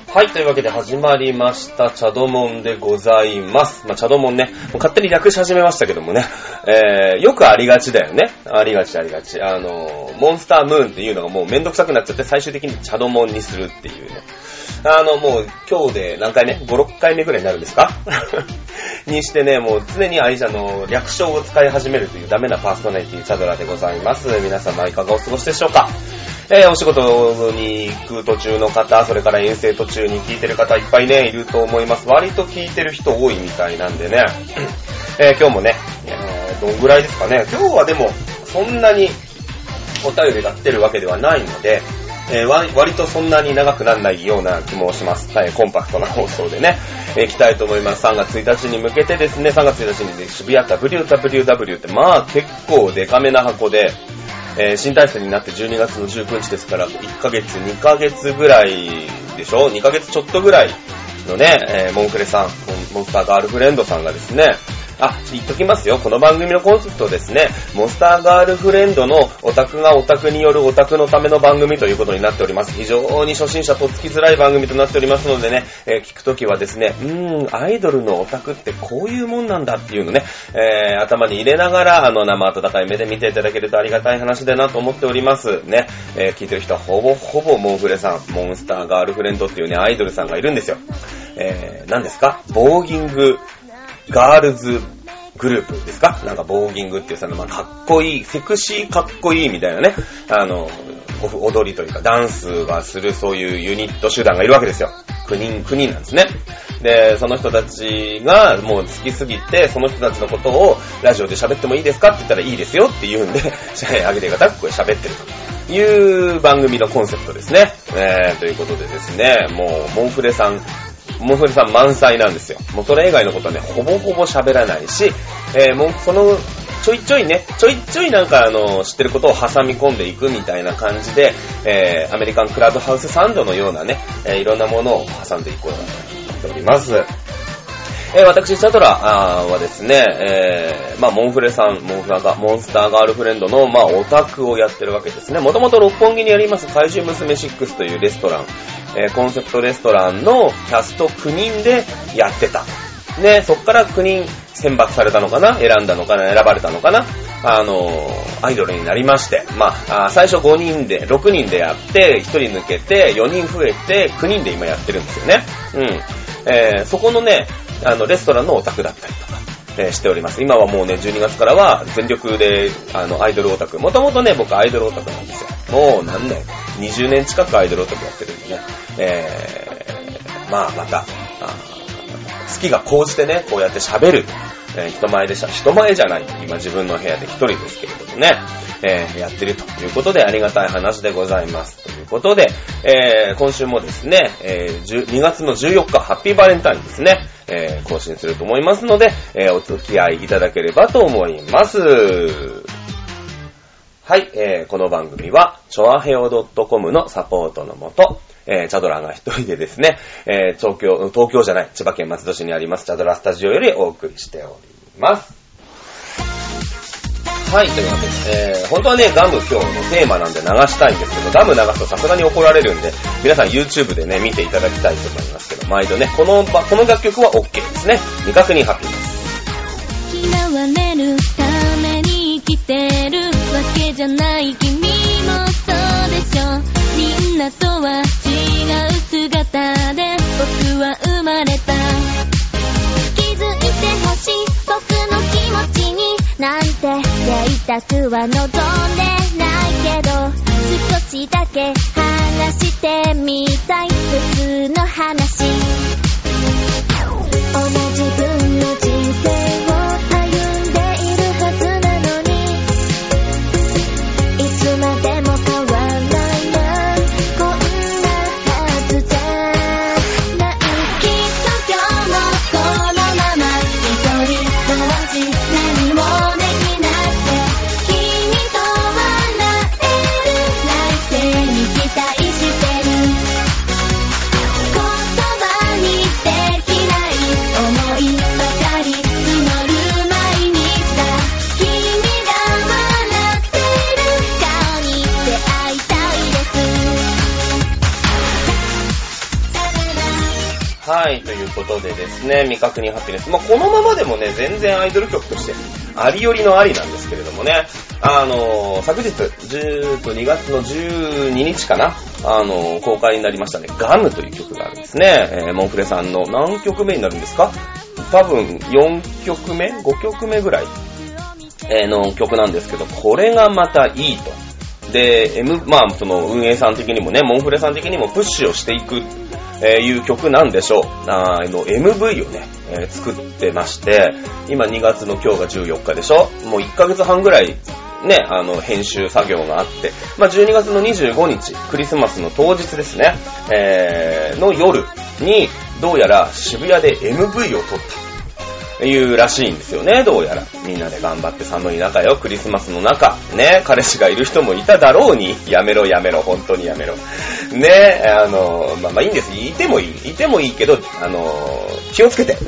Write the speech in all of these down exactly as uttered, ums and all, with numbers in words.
はい、というわけで始まりました、チャドモンでございます。まあ、チャドモンね、もう勝手に略し始めましたけどもね、えー、よくありがちだよね。ありがちありがち。あの、モンスタームーンっていうのがもうめんどくさくなっちゃって、最終的にチャドモンにするっていうね。あの、もう今日で何回目 ?ご、ろっかいめぐらいになるんですかにしてね、もう常に愛者の略称を使い始めるというダメなパーソナリティチャドラでございます。皆様いかがお過ごしでしょうか。えー、お仕事に行く途中の方、それから遠征途中に聞いてる方いっぱいね、いると思います。割と聞いてる人多いみたいなんでね、えー、今日もね、えー、どんぐらいですかね。今日はでも、そんなにお便りが来てるわけではないので、えー、割, 割とそんなに長くならないような気もします。はい、コンパクトな放送でね、えー、行きたいと思います。さんがつついたちに向けてですね、さんがつついたちに、ね、渋谷 ダブリューダブリューダブリュー ってまあ結構デカめな箱で、えー、新体制になってじゅうにがつのじゅうくにちですから、いっかげつ、にかげつぐらいでしょ ?に ヶ月ちょっとぐらいのね、えー、モンフレさん、モンスターガールフレンドさんがですね、あ、言っときますよ。この番組のコンセプトですね、モンスターガールフレンドのオタクがオタクによるオタクのための番組ということになっております。非常に初心者とっつきづらい番組となっておりますのでね、えー、聞くときはですね、うーん、アイドルのオタクってこういうもんなんだっていうのね、えー、頭に入れながら、あの、生温かい目で見ていただけるとありがたい話だなと思っておりますね。えー、聞いてる人はほぼほぼモンフレさん、モンスターガールフレンドっていうね、アイドルさんがいるんですよ。えー、何ですか？ボーギングガールズグループですか？なんかボーギングっていうさ、まあ、かっこいい、セクシーかっこいいみたいなね、あの、踊りというかダンスがするそういうユニット集団がいるわけですよ。きゅうにん、きゅうにんなんですね。で、その人たちがもう好きすぎて、その人たちのことをラジオで喋ってもいいですかって言ったらいいですよって言うんで、あげてがたくこれ喋ってるという番組のコンセプトですね。えー、ということでですね、もうモンフレさん、モンフレさん満載なんですよ。もうそれ以外のことはね、ほぼほぼ喋らないし、えー、もうその、ちょいちょいね、ちょいちょいなんかあの、知ってることを挟み込んでいくみたいな感じで、えー、アメリカンクラブハウスサンドのようなね、えー、いろんなものを挟んでいこうと思っております。えー、私、チャドラはですね、えー、まあ、モンフレさん、モンフラが、モンスターガールフレンドの、まあ、オタクをやってるわけですね。もともと六本木にあります怪獣娘シックスというレストラン、えー、コンセプトレストランのキャストきゅうにんでやってた。ね、そっからきゅうにん選抜されたのかな、選んだのかな、選ばれたのかな、あのー、アイドルになりまして、まあ、あ最初ごにんで、ろくにんでやって、ひとり抜けて、よにん増えて、きゅうにんで今やってるんですよね。うん。えー、そこのね、あの、レストランのオタクだったりとか、えー、しております。今はもうね、じゅうにがつからは全力で、あの、アイドルオタク。もともとね、僕アイドルオタクなんですよ。もう何年 ?にじゅうねん近くアイドルオタクやってるんでね。えー、まあ、また、あ好きが高じてね、こうやって喋る。えー、人前でしゃ、人前じゃない。今自分の部屋で一人ですけれどもね、えー、やってるということでありがたい話でございます。ということで、えー、今週もですね、えー、にがつのじゅうよっか、ハッピーバレンタインですね、えー、更新すると思いますので、えー、お付き合いいただければと思います。はい、えー、この番組は、チョアヘオ .com のサポートのもと、えー、チャドラが一人でですね、えー、東京、東京じゃない、千葉県松戸市にありますチャドラスタジオよりお送りしております。はい、というわけで、えー、本当はね、ガム今日のテーマなんで流したいんですけど、ガム流すとさすがに怒られるんで、皆さん YouTube でね、見ていただきたいと思いますけど、毎度ね、この、この楽曲は OK ですね。未確認ハッピーです。嫌われるために生きてるわけじゃない君もそうでしょ。みんなとは違う姿で僕は生まれた。気づいてほしい僕の気持ちになんて言いたくは望んでないけど、少しだけ話してみたい普通の話。同じ分の人生を歩んでいるはずなのに、いつまでも変わらないな、こんなはずじゃない。きっと今日もこのまま一人ぼっち、何もできなくて君と笑える来世に期待してる。 はい、ということでですね、未確認ハピネス。まあ、このままでもね、全然アイドル曲としてありよりのありなんですけれどもね、あのー、昨日、じゅうとにがつのじゅうににちかな、あのー、公開になりましたね、ガムという曲があるんですね。えー、モンフレさんの何曲目になるんですか？多分よんきょくめ ?ご 曲目ぐらい、えー、の曲なんですけど、これがまたいいと。で、M、まあ、その運営さん的にもね、モンフレさん的にもプッシュをしていく、えー、いう曲なんでしょう。あの、エムブイ をね、えー、作ってまして、今にがつの今日がじゅうよっかでしょ？もういっかげつはんぐらい、ね、あの、編集作業があって、まあ、じゅうにがつのにじゅうごにち、クリスマスの当日ですね、えー、の夜に、どうやら渋谷で エムブイ を撮った。いうらしいんですよね、どうやら。みんなで頑張って寒い中よ、クリスマスの中。ね、彼氏がいる人もいただろうに、やめろやめろ、本当にやめろ。ね、あの、まあ、まあいいんです。いてもいい。いてもいいけど、あの、気をつけて。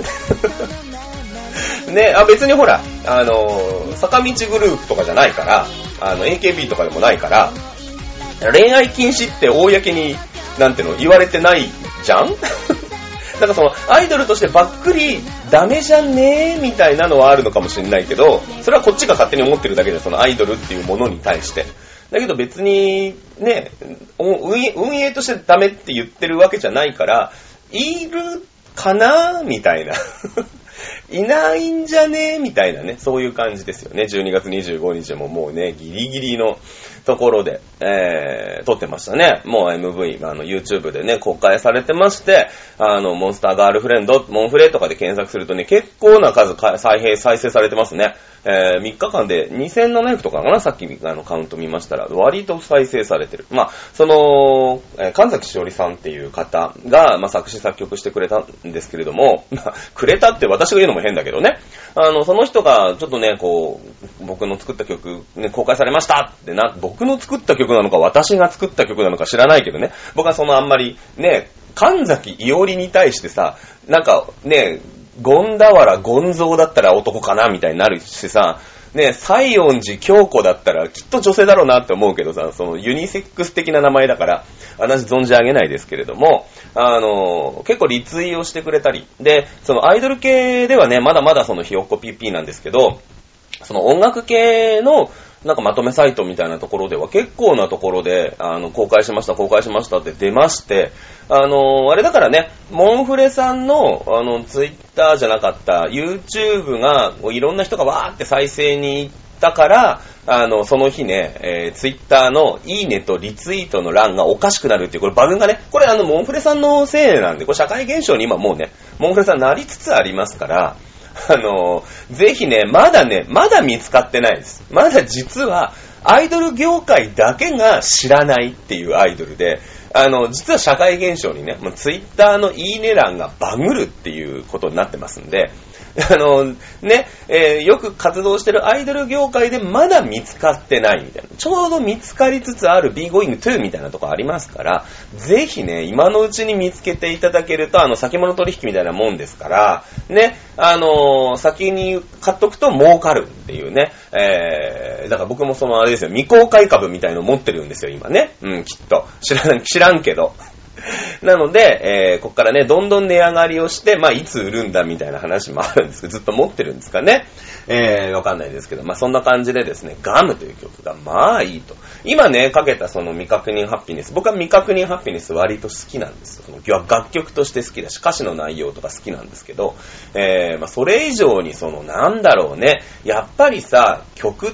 ね、あ、別にほら、あの、坂道グループとかじゃないから、あの、エーケービー とかでもないから、恋愛禁止って公に、なんていうの、言われてないじゃん？だからそのアイドルとしてばっくりダメじゃねーみたいなのはあるのかもしれないけど、それはこっちが勝手に思ってるだけで、そのアイドルっていうものに対して。だけど別にね、運営としてダメって言ってるわけじゃないから、いるかなみたいな。いないんじゃねみたいなね、そういう感じですよね。じゅうにがつにじゅうごにちももうね、ギリギリのところで、えー、撮ってましたね。もう エムブイ、あの、YouTube でね、公開されてまして、あの、モンスターガールフレンド、モンフレとかで検索するとね、結構な数再生、再生されてますね。えー、みっかかんでにせんななひゃくとかかな、さっきあのカウント見ましたら、割と再生されてる。まあ、その、えー、神崎しおりさんっていう方が、まあ、作詞作曲してくれたんですけれども、まあ、くれたって私が言うのも変だけどね、あの、その人が、ちょっとね、こう、僕の作った曲、ね、公開されましたってな、僕の作った曲なのか、私が作った曲なのか知らないけどね、僕はそのあんまり、ね、神崎いおりに対してさ、なんか、ね、ゴンダワラ、ゴンゾーだったら男かなみたいになるしさ、ね、西園寺京子だったらきっと女性だろうなって思うけどさ、そのユニセックス的な名前だから、私存じ上げないですけれども、あの、結構リツイをしてくれたり、で、そのアイドル系ではね、まだまだそのひよっこ ピーピー なんですけど、その音楽系のなんかまとめサイトみたいなところでは結構なところで、あの、公開しました、公開しましたって出まして、あの、あれだからね、モンフレさんの、あの、ツイッターじゃなかった、YouTube が、いろんな人がわーって再生に行ったから、あの、その日ね、えー、ツイッターのいいねとリツイートの欄がおかしくなるっていう、これバグがね、これあの、モンフレさんのせいなんで、これ社会現象に今もうね、モンフレさんなりつつありますから、あの、ぜひね、まだね、まだ見つかってないです。まだ実は、アイドル業界だけが知らないっていうアイドルで、あの、実は社会現象にね、もうツイッターのいいね欄がバグるっていうことになってますんで、あの、ね、えー、よく活動してるアイドル業界でまだ見つかってないみたいな。ちょうど見つかりつつある Be Going To みたいなとこありますから、ぜひね、今のうちに見つけていただけると、あの、先物取引みたいなもんですから、ね、あのー、先に買っとくと儲かるっていうね、えー、だから僕もそのあれですよ、未公開株みたいの持ってるんですよ、今ね。うん、きっと。知らん、知らんけど。なので、えー、こっからね、どんどん値上がりをして、まあ、いつ売るんだみたいな話もあるんですけど、ずっと持ってるんですかね。えー、わかんないですけど、まあ、そんな感じでですね、ガムという曲が、まあ、いいと。今ね、かけたその未確認ハッピネス、僕は未確認ハッピネス割と好きなんですよ。その楽曲として好きだし、歌詞の内容とか好きなんですけど、えー、まあ、それ以上にその、なんだろうね、やっぱりさ、曲って、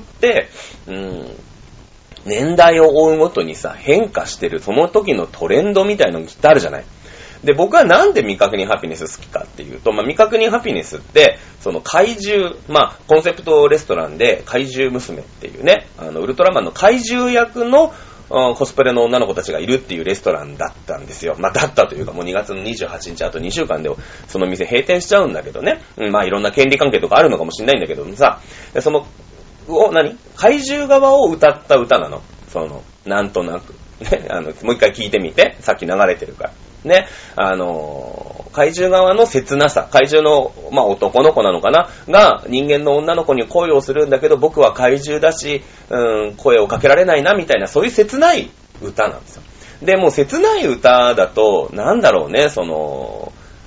うーん、年代を追うごとにさ、変化してる、その時のトレンドみたいなのがきっとあるじゃない。で、僕はなんで未確認ハピネス好きかっていうと、まあ、未確認ハピネスって、その怪獣、まあ、コンセプトレストランで怪獣娘っていうね、あの、ウルトラマンの怪獣役のコスプレの女の子たちがいるっていうレストランだったんですよ。まあ、だったというか、もうにがつのにじゅうはちにち、あとにしゅうかんでその店閉店しちゃうんだけどね。うん、まあ、いろんな権利関係とかあるのかもしれないんだけどさ、その、お、何怪獣側を歌った歌なの。その、なんとなく。ね、あの、もう一回聞いてみて。さっき流れてるから。ね、あのー、怪獣側の切なさ。怪獣の、まあ、男の子なのかなが、人間の女の子に恋をするんだけど、僕は怪獣だし、うん、声をかけられないな、みたいな、そういう切ない歌なんですよ。で、もう切ない歌だと、なんだろうね、その、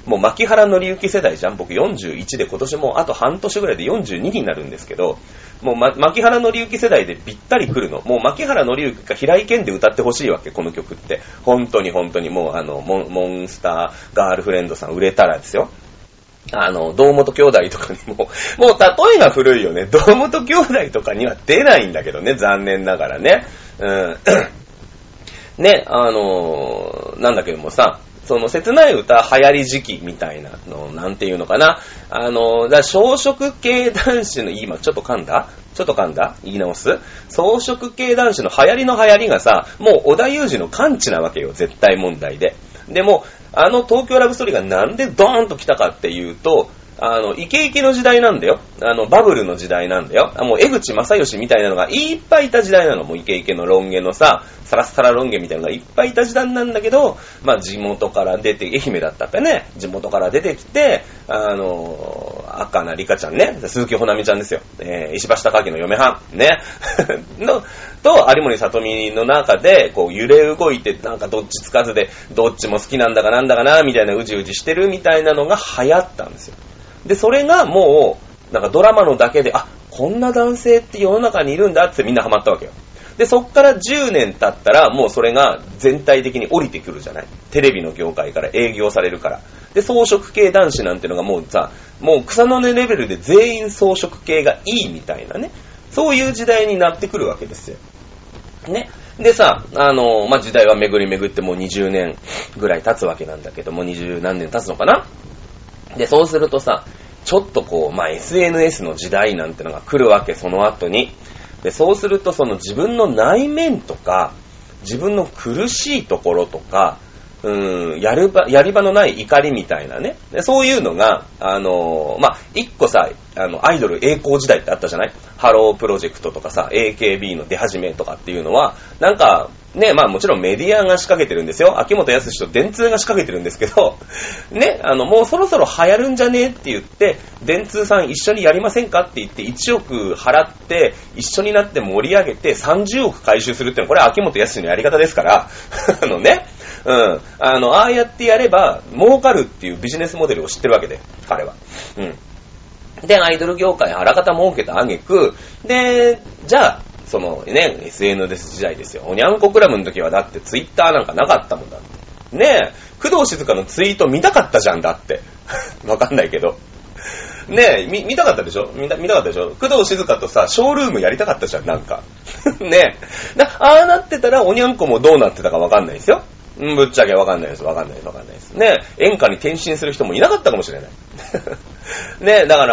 もう牧原紀之世代じゃん。僕よんじゅういちで今年もあと半年ぐらいでよんじゅうにになるんですけど、もう、ま、牧原紀之世代でぴったり来るの。もう牧原紀之か平井堅で歌ってほしいわけ、この曲って。本当に本当にもうあの、モン、モンスターガールフレンドさん売れたらですよ。あの、堂本兄弟とかにも、もう例えが古いよね。堂本兄弟とかには出ないんだけどね、残念ながらね。うん。ね、あのー、なんだけどもさ、その切ない歌流行り時期みたいなの、なんていうのかな。あのー、だ小食系男子の、今ちょっと噛んだちょっと噛んだ言い直す草食系男子の流行りの流行りがさ、もう織田裕二の完治なわけよ、絶対問題で。でも、あの東京ラブストーリーがなんでドーンと来たかっていうと、あの、イケイケの時代なんだよ。あの、バブルの時代なんだよ。もう江口正義みたいなのがいっぱいいた時代なの。もうイケイケのロン毛のさ、サラッサラロン毛みたいなのがいっぱいいた時代なんだけど、まあ地元から出て、愛媛だったっけね。地元から出てきて、あの、赤なリカちゃんね。鈴木ほなみちゃんですよ。えー、石橋貴明の嫁はん。ね。の、と、有森里美の中で、こう揺れ動いて、なんかどっちつかずで、どっちも好きなんだかなんだかな、みたいなうじうじしてるみたいなのが流行ったんですよ。で、それがもう、なんかドラマのだけで、あ、こんな男性って世の中にいるんだってみんなハマったわけよ。で、そっからじゅうねん経ったら、もうそれが全体的に降りてくるじゃない。テレビの業界から営業されるから。で、草食系男子なんてのがもうさ、もう草の根レベルで全員草食系がいいみたいなね。そういう時代になってくるわけですよ。ね。でさ、あの、まあ、時代は巡り巡ってもうにじゅうねんぐらい経つわけなんだけども、にじゅうなんねん経つのかな。で、そうするとさ、ちょっとこう、まあ、エスエヌエス の時代なんてのが来るわけ、その後に。で、そうするとその自分の内面とか、自分の苦しいところとか、うーん、やる場、やり場のない怒りみたいなね。でそういうのが、あのー、まあ、一個さ、あの、アイドル栄光時代ってあったじゃない？ハロープロジェクトとかさ、エーケービー の出始めとかっていうのは、なんか、ね、まあもちろんメディアが仕掛けてるんですよ。秋元康と電通が仕掛けてるんですけど、ね、あの、もうそろそろ流行るんじゃねえって言って、電通さん一緒にやりませんかって言っていちおく払って、一緒になって盛り上げてさんじゅうおく回収するっていうのは、これは秋元康のやり方ですから、あのね、うん、あの、ああやってやれば儲かるっていうビジネスモデルを知ってるわけで、彼は。うん。で、アイドル業界あらかた儲けた挙句、で、じゃあ、そのね、エスエヌエス 時代ですよ。おにゃんこクラブの時はだってツイッターなんかなかったもんだって。ねえ、工藤静香のツイート見たかったじゃんだって。わかんないけど。ねえ、見、見たかったでしょ見た、見たかったでしょ工藤静香とさ、ショールームやりたかったじゃん、なんか。ねえ。だああなってたら、おにゃんこもどうなってたかわかんないですよ。ぶっちゃけわかんないです、わかんないです、わかんないです。ねえ、演歌に転身する人もいなかったかもしれない。ね、だから、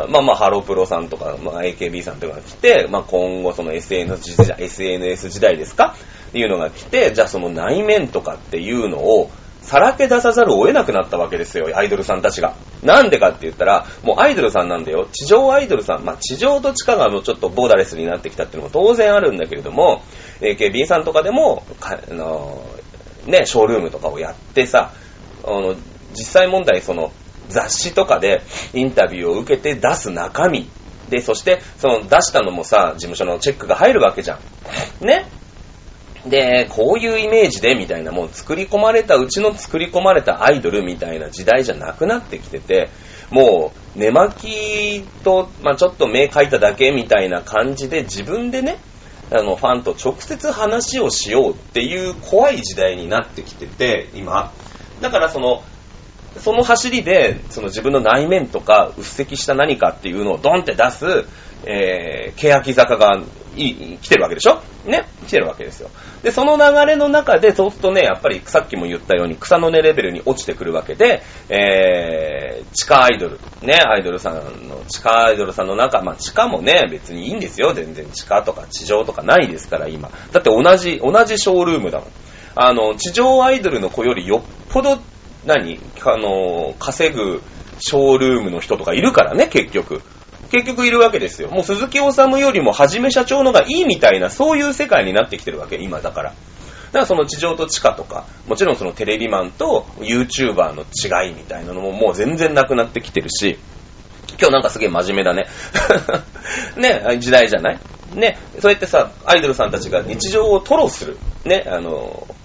まあまあ、ハロプロさんとか、まあ、エーケービー さんとかが来て、まあ今後その エスエヌエス 時代、エスエヌエス 時代ですかっていうのが来て、じゃあその内面とかっていうのを、さらけ出さざるを得なくなったわけですよ、アイドルさんたちが。なんでかって言ったら、もうアイドルさんなんだよ。地上アイドルさん、まあ地上と地下がもうちょっとボーダレスになってきたっていうのも当然あるんだけれども、エーケービー さんとかでも、あの、ね、ショールームとかをやってさ、あの、実際問題その、雑誌とかでインタビューを受けて出す中身で、そしてその出したのもさ、事務所のチェックが入るわけじゃんね。で、こういうイメージでみたいな、もう作り込まれたうちの作り込まれたアイドルみたいな時代じゃなくなってきてて、もう寝巻きと、まあ、ちょっと目描いただけみたいな感じで自分でね、あのファンと直接話をしようっていう怖い時代になってきてて、今だからそのその走りで、その自分の内面とか、うっせきした何かっていうのをドンって出す、えー、欅坂がいい来てるわけでしょね来てるわけですよ。で、その流れの中で、そうするとね、やっぱりさっきも言ったように草の根レベルに落ちてくるわけで、えー、地下アイドル、ね、アイドルさんの、地下アイドルさんの中、まあ地下もね、別にいいんですよ。全然地下とか地上とかないですから、今。だって同じ、同じショールームだもん。あの、地上アイドルの子よりよっぽど、何あの、稼ぐショールームの人とかいるからね、結局。結局いるわけですよ。もう鈴木治よりもはじめ社長のがいいみたいな、そういう世界になってきてるわけ、今だから。だからその地上と地下とか、もちろんそのテレビマンと YouTuber の違いみたいなのももう全然なくなってきてるし、今日なんかすげえ真面目だね。ね、時代じゃないね、そうやってさ、アイドルさんたちが日常を吐露する。ね、あの、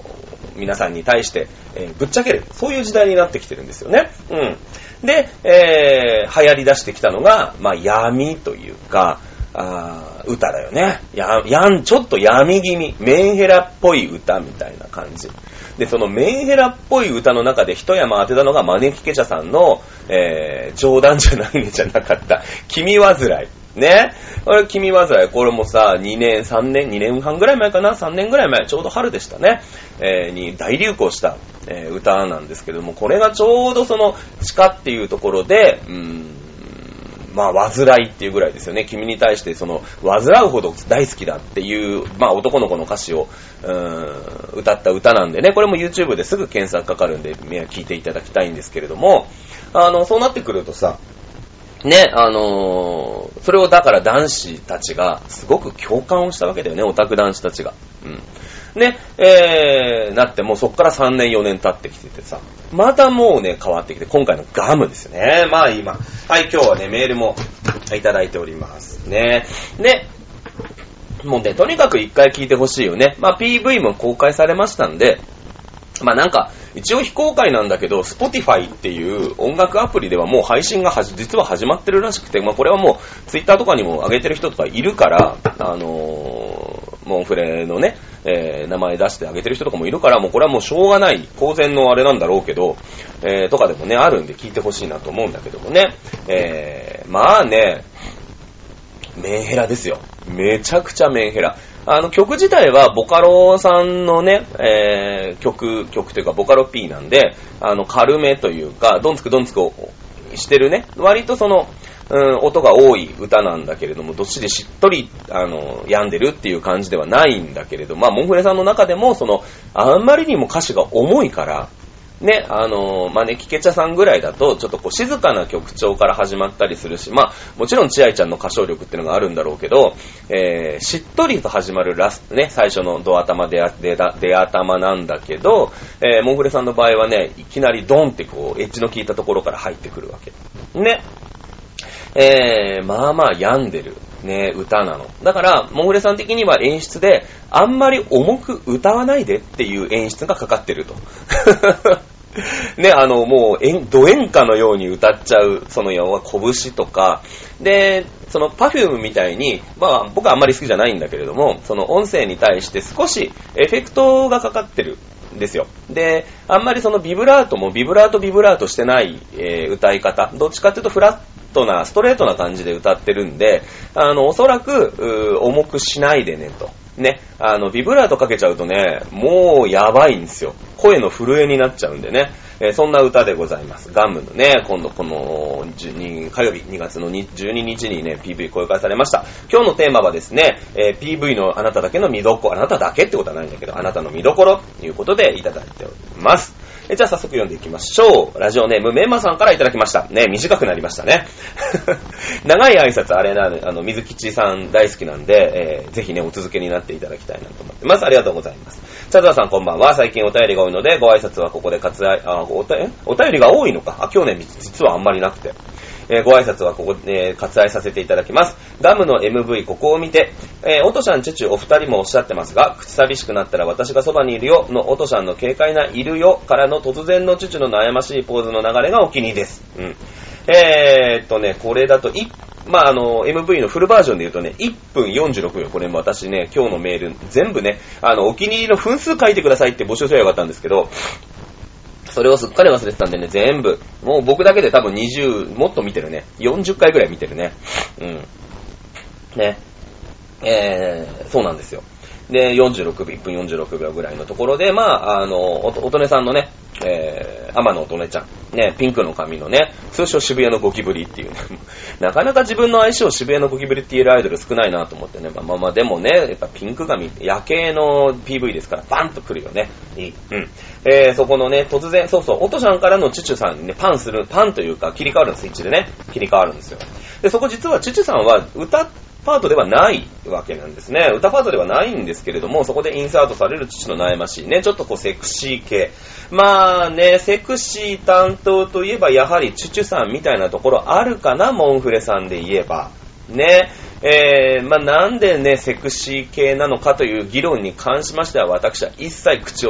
皆さんに対して、えー、ぶっちゃける、そういう時代になってきてるんですよね。うん。で、えー、流行り出してきたのが、まあ、闇というか、あ歌だよね。や、やん、ちょっと闇気味、メンヘラっぽい歌みたいな感じ。で、そのメンヘラっぽい歌の中で一山当てたのが招きケチャさんの、えー、冗談じゃないねじゃなかった、君煩い。ね。これ、君煩い。これもさ、にねん、さんねん、にねんはんぐらい前かな ?さん 年ぐらい前、ちょうど春でしたね。えー、に大流行した、えー、歌なんですけども、これがちょうどその、地下っていうところで、うーん、まあ、煩いっていうぐらいですよね。君に対して、その、煩うほど大好きだっていう、まあ、男の子の歌詞を、うーん、歌った歌なんでね、これも YouTube ですぐ検索かかるんで、聞いていただきたいんですけれども、あの、そうなってくるとさ、ね、あのー、それをだから男子たちがすごく共感をしたわけだよね、オタク男子たちが。うん。ね、えー、なってもうそっからさんねんよねん経ってきててさ、またもうね、変わってきて、今回のガムですよね。まあ今、はい、今日はね、メールもいただいておりますね。で、もうね、とにかく一回聞いてほしいよね。まあ ピーブイ も公開されましたんで、まあなんか、一応非公開なんだけど、Spotify っていう音楽アプリではもう配信がはじ実は始まってるらしくて、まあこれはもう Twitter とかにも上げてる人とかいるから、あのー、モンフレのね、えー、名前出してあげてる人とかもいるから、もうこれはもうしょうがない、公然のあれなんだろうけど、えー、とかでもね、あるんで聞いてほしいなと思うんだけどもね、えー、まあね、メンヘラですよ。めちゃくちゃメンヘラ。あの曲自体はボカロさんのね、えー、曲、曲というかボカロ P なんで、あの軽めというか、どんつくどんつくをしてるね、割とその、うん、音が多い歌なんだけれども、どっちでしっとり、あの、病んでるっていう感じではないんだけれど、まあ、モンフレさんの中でも、その、あんまりにも歌詞が重いから、ね、あのー、招きケチャさんぐらいだと、ちょっとこう静かな曲調から始まったりするし、まあ、もちろんちあいちゃんの歌唱力っていうのがあるんだろうけど、えー、しっとりと始まるラストね、最初のド頭であ、で、で頭なんだけど、えー、モンフレさんの場合はね、いきなりドンってこう、エッジの効いたところから入ってくるわけ。ね。えー、まあまあ病んでる。ね、歌なの。だから、モンフレさん的には演出で、あんまり重く歌わないでっていう演出がかかってると。ね、あの、もう、ド演歌のように歌っちゃう、その要は拳とか、で、その Perfume みたいに、まあ僕はあんまり好きじゃないんだけれども、その音声に対して少しエフェクトがかかってるんですよ。で、あんまりそのビブラートもビブラートビブラートしてない、えー、歌い方、どっちかっていうとフラットな、ストレートな感じで歌ってるんで、あの、おそらく、重くしないでねと。ね、あの、ビブラートかけちゃうとね、もうやばいんですよ。声の震えになっちゃうんでね。えー、そんな歌でございます。ガムのね、今度このじゅうに火曜日にがつのじゅうににちにね、ピーブイ 公開されました。今日のテーマはですね、えー、ピーブイ のあなただけの見どころ、あなただけってことはないんだけど、あなたの見どころということでいただいております。えじゃあ早速読んでいきましょう。ラジオネームメンマさんからいただきました。ね、短くなりましたね。長い挨拶あれな、あの、水吉さん大好きなんで、えー、ぜひね、お続けになっていただきたいなと思ってます。ありがとうございます。チャドラさんこんばんは。最近お便りが多いので、ご挨拶はここで割愛、あ、おた、えお便りが多いのか。あ、今日ね、実はあんまりなくて。えー、ご挨拶はここで、えー、割愛させていただきます。ガムの エムブイ ここを見て、えー、オトシャンチュチュお二人もおっしゃってますが、口寂しくなったら私がそばにいるよのオトシャンの軽快ないるよからの突然のチュチュの悩ましいポーズの流れがお気に入りです。うん。えーっとね、これだと、いまあ、あの、エムブイ のフルバージョンで言うとね、いっぷんよんじゅうろくびょう。これも私ね、今日のメール全部ね、あの、お気に入りの分数書いてくださいって募集すればよかったんですけど、それをすっかり忘れてたんでね、全部。もう僕だけで多分にじゅう、もっと見てるね。よんじゅっかいぐらい見てるね。うん。ね。えー、そうなんですよ。で、よんじゅうろくびょう、いっぷんよんじゅうろくびょうぐらいのところで、まあ、あの、おと、おとねさんのね、えー、天野おとねちゃん。ね、ピンクの髪のね、通称渋谷のゴキブリっていうね。なかなか自分の愛称渋谷のゴキブリって言えるアイドル少ないなと思ってね。まあまあまあ、でもね、やっぱピンク髪、夜景の ピーブイ ですから、バンと来るよね。いい。うん。えー、そこのね、突然、そうそう、オトシャンからのチュチュさんにね、パンする、パンというか、切り替わるのスイッチでね、切り替わるんですよ。で、そこ実はチュチュさんは歌パートではないわけなんですね。歌パートではないんですけれども、そこでインサートされる父の悩ましいね、ちょっとこうセクシー系。まあね、セクシー担当といえばやはりチュチュさんみたいなところあるかな、モンフレさんで言えば。ね。えー、まあなんでね、セクシー系なのかという議論に関しましては、私は一切口をね、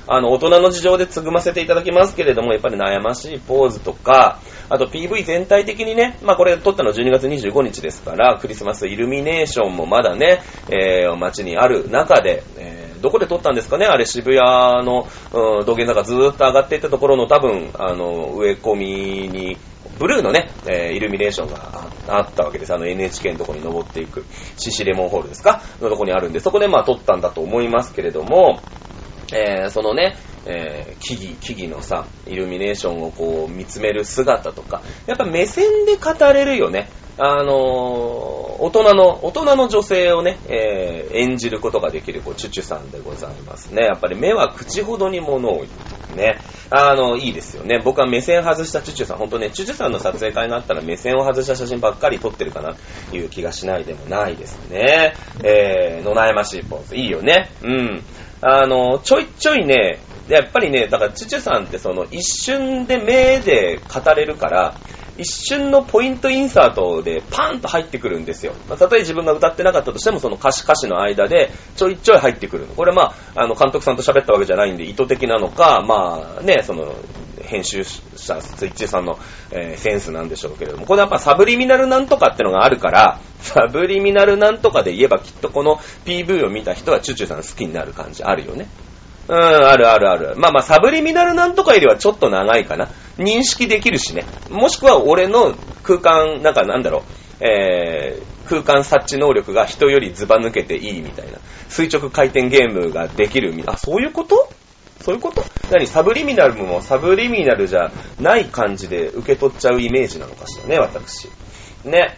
あの、大人の事情でつぐませていただきますけれども、やっぱり悩ましいポーズとか、あと ピーブイ 全体的にね、まあこれ撮ったのじゅうにがつにじゅうごにちですから、クリスマスイルミネーションもまだね、えー、街にある中で、えー、どこで撮ったんですかね、あれ渋谷の、うん、道玄坂ずーっと上がっていったところの多分、あの、植え込みに、ブルーのね、えー、イルミネーションがあったわけです。あの エヌエイチケー のところに登っていく、シシレモンホールですかのところにあるんで、そこでまあ撮ったんだと思いますけれども、えー、そのね、えー、木々、木々のさ、イルミネーションをこう見つめる姿とか、やっぱ目線で語れるよね。あのー、大人の、大人の女性をね、えー、演じることができる、こう、チュチュさんでございますね。やっぱり目は口ほどに物を言うね。あの、いいですよね。僕は目線外したチュチュさん、ほんとね、チュチュさんの撮影会があったら目線を外した写真ばっかり撮ってるかなという気がしないでもないですね。えー、の悩ましいポーズ。いいよね。うん。あの、ちょいちょいね、やっぱりね、だからチュチュさんってその一瞬で目で語れるから、一瞬のポイントインサートでパーンと入ってくるんですよ。まあ、たとえ自分が歌ってなかったとしてもその歌詞歌詞の間でちょいちょい入ってくるの。これまあ、あの監督さんと喋ったわけじゃないんで意図的なのか、まあね、その編集者スイッチさんの、えー、センスなんでしょうけれども、これやっぱサブリミナルなんとかってのがあるから、サブリミナルなんとかで言えばきっとこの ピーブイ を見た人はチュチュさん好きになる感じあるよね。うん、あるあるある。まあまあ、サブリミナルなんとかよりはちょっと長いかな。認識できるしね。もしくは俺の空間、なんかなんだろう、えー、空間察知能力が人よりズバ抜けていいみたいな。垂直回転ゲームができるみたいな。あ、そういうことそういうこと何サブリミナルもサブリミナルじゃない感じで受け取っちゃうイメージなのかしらね、私。ね。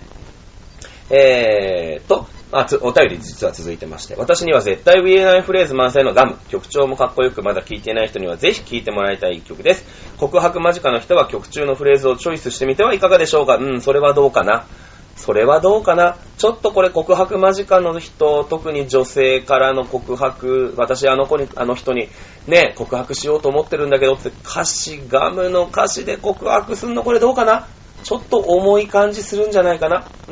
えーと、あつお便り実は続いてまして、私には絶対言えないフレーズ満載のガム、曲調もかっこよくまだ聴いていない人にはぜひ聴いてもらいたい一曲です。告白間近の人は曲中のフレーズをチョイスしてみてはいかがでしょうか。うん、それはどうかな。それはどうかな。ちょっとこれ告白間近の人、特に女性からの告白、私あの子に、あの人にね、告白しようと思ってるんだけどって歌詞、ガムの歌詞で告白すんのこれどうかな。ちょっと重い感じするんじゃないかな。うん。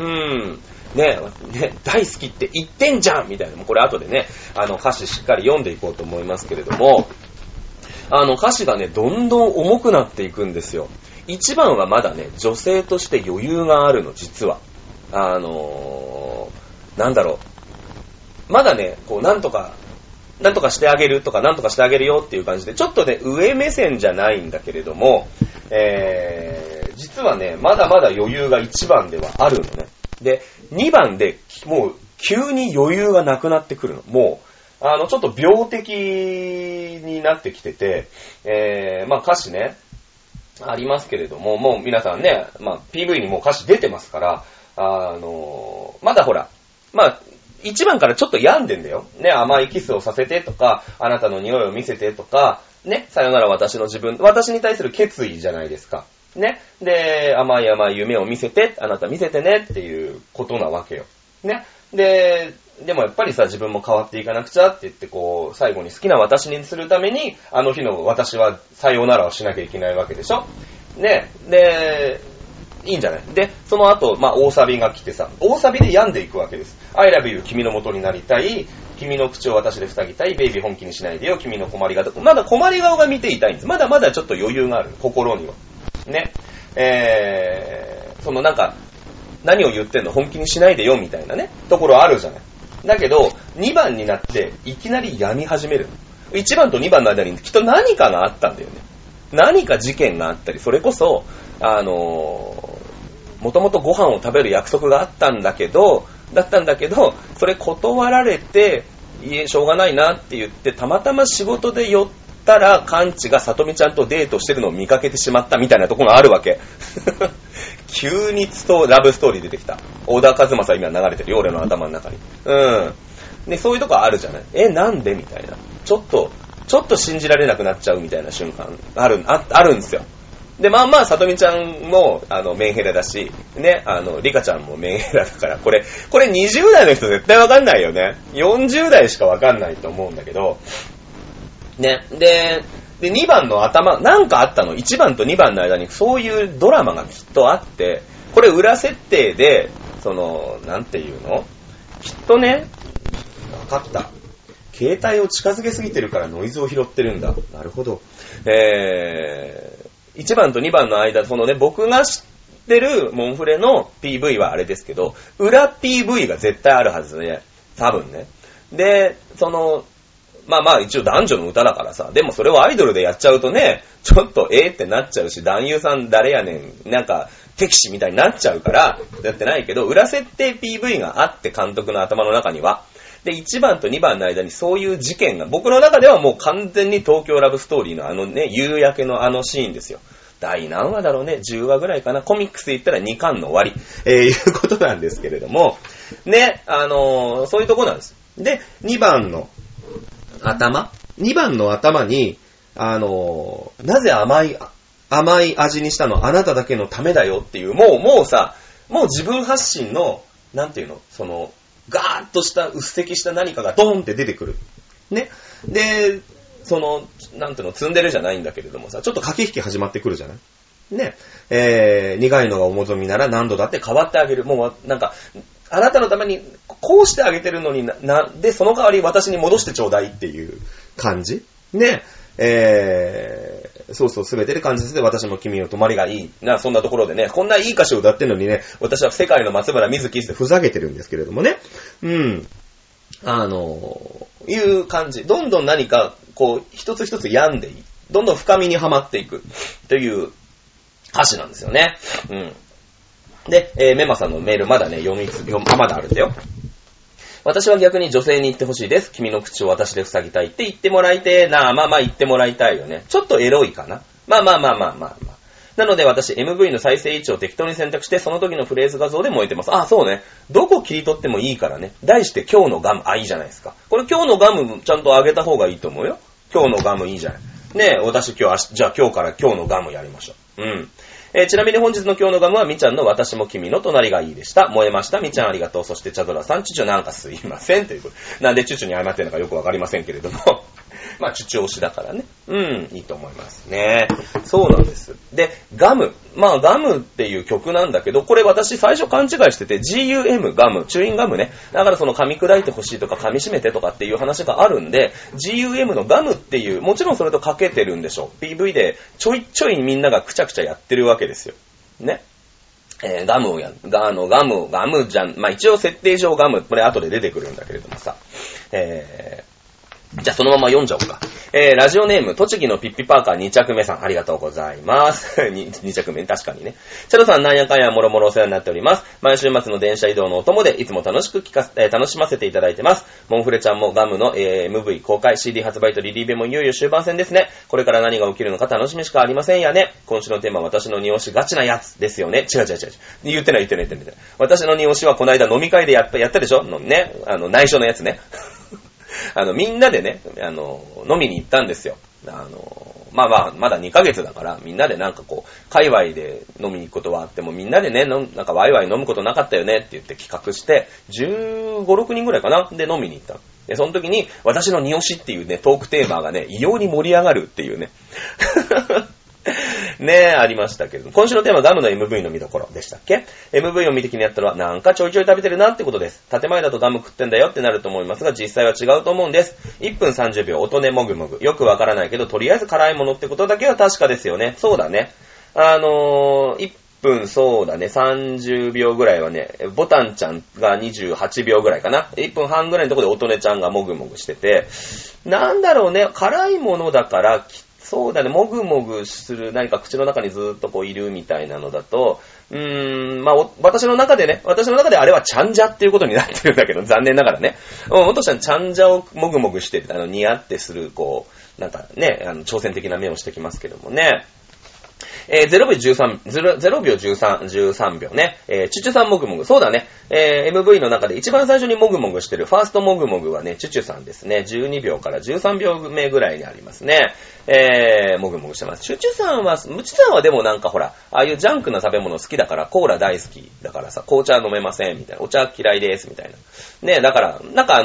ねね、大好きって言ってんじゃんみたいな。これ後でね、あの歌詞しっかり読んでいこうと思いますけれども、あの歌詞がね、どんどん重くなっていくんですよ。一番はまだね、女性として余裕があるの、実は。あのー、なんだろう。まだね、こう、なんとか、なんとかしてあげるとか、なんとかしてあげるよっていう感じで、ちょっとね、上目線じゃないんだけれども、えー、実はね、まだまだ余裕が一番ではあるのね。で、にばんで、もう、急に余裕がなくなってくるの。もう、あの、ちょっと病的になってきてて、えー、まあ歌詞ね、ありますけれども、もう皆さんね、まあ ピーブイ にもう歌詞出てますから、あの、まだほら、まあ、いちばんからちょっと病んでんだよ。ね、甘いキスをさせてとか、あなたの匂いを見せてとか、ね、さよなら私の自分、私に対する決意じゃないですか。ね。で、甘い甘い夢を見せて、あなた見せてねっていうことなわけよ。ね。で、でもやっぱりさ、自分も変わっていかなくちゃって言って、こう、最後に好きな私にするために、あの日の私はさよならをしなきゃいけないわけでしょ。ね。で、いいんじゃないで、その後、まあ、大サビが来てさ、大サビで病んでいくわけです。I love you 君の元になりたい、君の口を私で塞ぎたい、ベイビー本気にしないでよ、君の困り顔。まだ困り顔が見ていたいんです。まだまだちょっと余裕がある。心には。ね。えー、そのなんか、何を言ってんの本気にしないでよ、みたいなね、ところあるじゃない。だけど、にばんになって、いきなり病み始める。いちばんとにばんの間にきっと何かがあったんだよね。何か事件があったり、それこそ、あのー、もともとご飯を食べる約束があったんだけど、だったんだけど、それ断られて、いえ、しょうがないなって言って、たまたま仕事で寄ったら、カンチがさとみちゃんとデートしてるのを見かけてしまったみたいなところがあるわけ。急にストラブストーリー出てきた。小田和正今流れてるよ、俺の頭の中に。うん。で、そういうとこあるじゃない。え、なんでみたいな。ちょっと、ちょっと信じられなくなっちゃうみたいな瞬間、ある、あ、あるんですよ。で、まあまあ、さとみちゃんも、あの、メンヘラだし、ね、あの、リカちゃんもメンヘラだから、これ、これにじゅう代の人絶対わかんないよね。よんじゅう代しかわかんないと思うんだけど、ね、で、で、にばんの頭、なんかあったの。いちばんとにばんの間にそういうドラマがきっとあって、これ裏設定で、その、なんていうの？きっとね、わかった。 携帯を近づけすぎてるからノイズを拾ってるんだ。なるほど。えー、いちばんとにばんの間、そのね、僕が知ってるモンフレの ピーブイ はあれですけど、裏 ピーブイ が絶対あるはずで、多分ね。で、その、まあまあ一応男女の歌だからさ、でもそれをアイドルでやっちゃうとね、ちょっとえーってなっちゃうし、男優さん誰やねん、なんか、敵視みたいになっちゃうから、やってないけど、裏設定 ピーブイ があって監督の頭の中には。で、いちばんとにばんの間にそういう事件が、僕の中ではもう完全に東京ラブストーリーのあのね、夕焼けのあのシーンですよ。第何話だろうね、じゅうわぐらいかな。コミックス言ったらにかんの終わり。えー、いうことなんですけれども、ね、あのー、そういうとこなんです。で、にばんの頭 ?に 番の頭に、あのー、なぜ甘い、甘い味にしたのあなただけのためだよっていう、もう、もうさ、もう自分発信の、なんていうの、その、ガーッとした鬱積した何かがドーンって出てくる。ね。で、その、なんていうの、積んでるじゃないんだけれどもさ、ちょっと駆け引き始まってくるじゃないね。えー、苦いのがお望みなら何度だって変わってあげる。もう、なんか、あなたのために、こうしてあげてるのにな、な、で、その代わり私に戻してちょうだいっていう感じね。えー、そうそう、すべてで感じさせて私も君の泊まりがいい。な、そんなところでね、こんないい歌詞を歌ってるのにね、私は世界の松村瑞希ってふざけてるんですけれどもね。うん。あの、いう感じ。どんどん何か、こう、一つ一つ病んでいい。どんどん深みにはまっていく。という歌詞なんですよね。うん。で、えー、メマさんのメールまだね、読みつ、読まだあるんだよ。私は逆に女性に言ってほしいです。君の口を私で塞ぎたいって言ってもらいてえな。まあまあ言ってもらいたいよね。ちょっとエロいかな。まあまあまあまあまあまあ。なので私 エムブイ の再生位置を適当に選択してその時のフレーズ画像で燃えてます。あ、そうね。どこ切り取ってもいいからね。題して今日のガム。あ、いいじゃないですか。これ今日のガムちゃんと上げた方がいいと思うよ。今日のガムいいじゃない。ねえ、私今日、じゃあ今日から今日のガムやりましょう。うん。えー、ちなみに本日の今日のガムはみちゃんの私も君の隣がいいでした。燃えました。みちゃんありがとう。そしてチャドラさん、チュチュなんかすいません。ということで。なんでチュチュに謝ってるのかよくわかりませんけれども。まあ、チュチュ推しだからね。うん、いいと思いますね。そうなんです。で、ガム。まあ、ガムっていう曲なんだけど、これ私最初勘違いしてて、ジーユーエム、ガム、チューインガムね。だからその噛み砕いてほしいとか噛み締めてとかっていう話があるんで、ジーユーエム のガムっていう、もちろんそれとかけてるんでしょう。ピーブイ でちょいちょいみんながくちゃくちゃやってるわけですよ。ね。えー、ガムをや、ガのガム、ガムじゃん。まあ、一応設定上ガム、これ後で出てくるんだけれどもさ。えー、じゃあそのまま読んじゃおうか。えー、ラジオネーム、栃木のピッピパーカーに着目さん、ありがとうございます。に, に着目、確かにね。チャドさん、なんやかんやもろもろお世話になっております。毎週末の電車移動のお供で、いつも楽しく聞かせ、えー、楽しませていただいてます。モンフレちゃんもガムの、えー、エムブイ 公開、シーディー 発売とリリーベもいよいよ終盤戦ですね。これから何が起きるのか楽しみしかありませんやね。今週のテーマは私の匂しガチなやつですよね。違う違う違う違う。言ってない言ってない言ってない。私の匂しはこの間飲み会でやった、やったでしょのね。あの、内緒のやつね。あの、みんなでね、あの、飲みに行ったんですよ。あの、まあまあ、まだにかげつだから、みんなでなんかこう、界隈で飲みに行くことはあっても、みんなでね、なんかワイワイ飲むことなかったよねって言って企画して、じゅうご、ろくにんぐらいかなで飲みに行った。で、その時に、私の匂しっていうね、トークテーマがね、異様に盛り上がるっていうね。ねえ、ありましたけど。今週のテーマはガムの エムブイ の見どころでしたっけ？ エムブイ を見て気になったのは、なんかちょいちょい食べてるなってことです。建前だとガム食ってんだよってなると思いますが、実際は違うと思うんです。いっぷんさんじゅうびょう、音ねもぐもぐ。よくわからないけど、とりあえず辛いものってことだけは確かですよね。そうだね。あのー、いっぷんそうだね、さんじゅうびょうぐらいはね、ボタンちゃんがにじゅうはちびょうぐらいかな。いっぷんはんぐらいのところで音ねちゃんがもぐもぐしてて、なんだろうね、辛いものだから、そうだね、もぐもぐする、何か口の中にずっとこういるみたいなのだと、うーん、まあ、私の中でね、私の中であれはちゃんじゃっていうことになってるんだけど、残念ながらね。うん、ほんとしたらちゃんじゃをもぐもぐして、あの、似合ってする、こう、なんかね、あの、挑戦的な目をしてきますけどもね。えー、ゼロびょうじゅうさん、ゼロびょうじゅうさん、じゅうさんびょうね。えー、チュチュさんもぐもぐ。そうだね。えー、エムブイ の中で一番最初にもぐもぐしてるファーストもぐもぐはね、チュチュさんですね。じゅうにびょうからじゅうさんびょうめぐらいにありますね。えー、もぐもぐしてます。チュチュさんは、ムチさんはでもなんかほら、ああいうジャンクな食べ物好きだから、コーラ大好きだからさ、紅茶飲めませんみたいな。お茶嫌いですみたいな。ね、だから、なんかあの、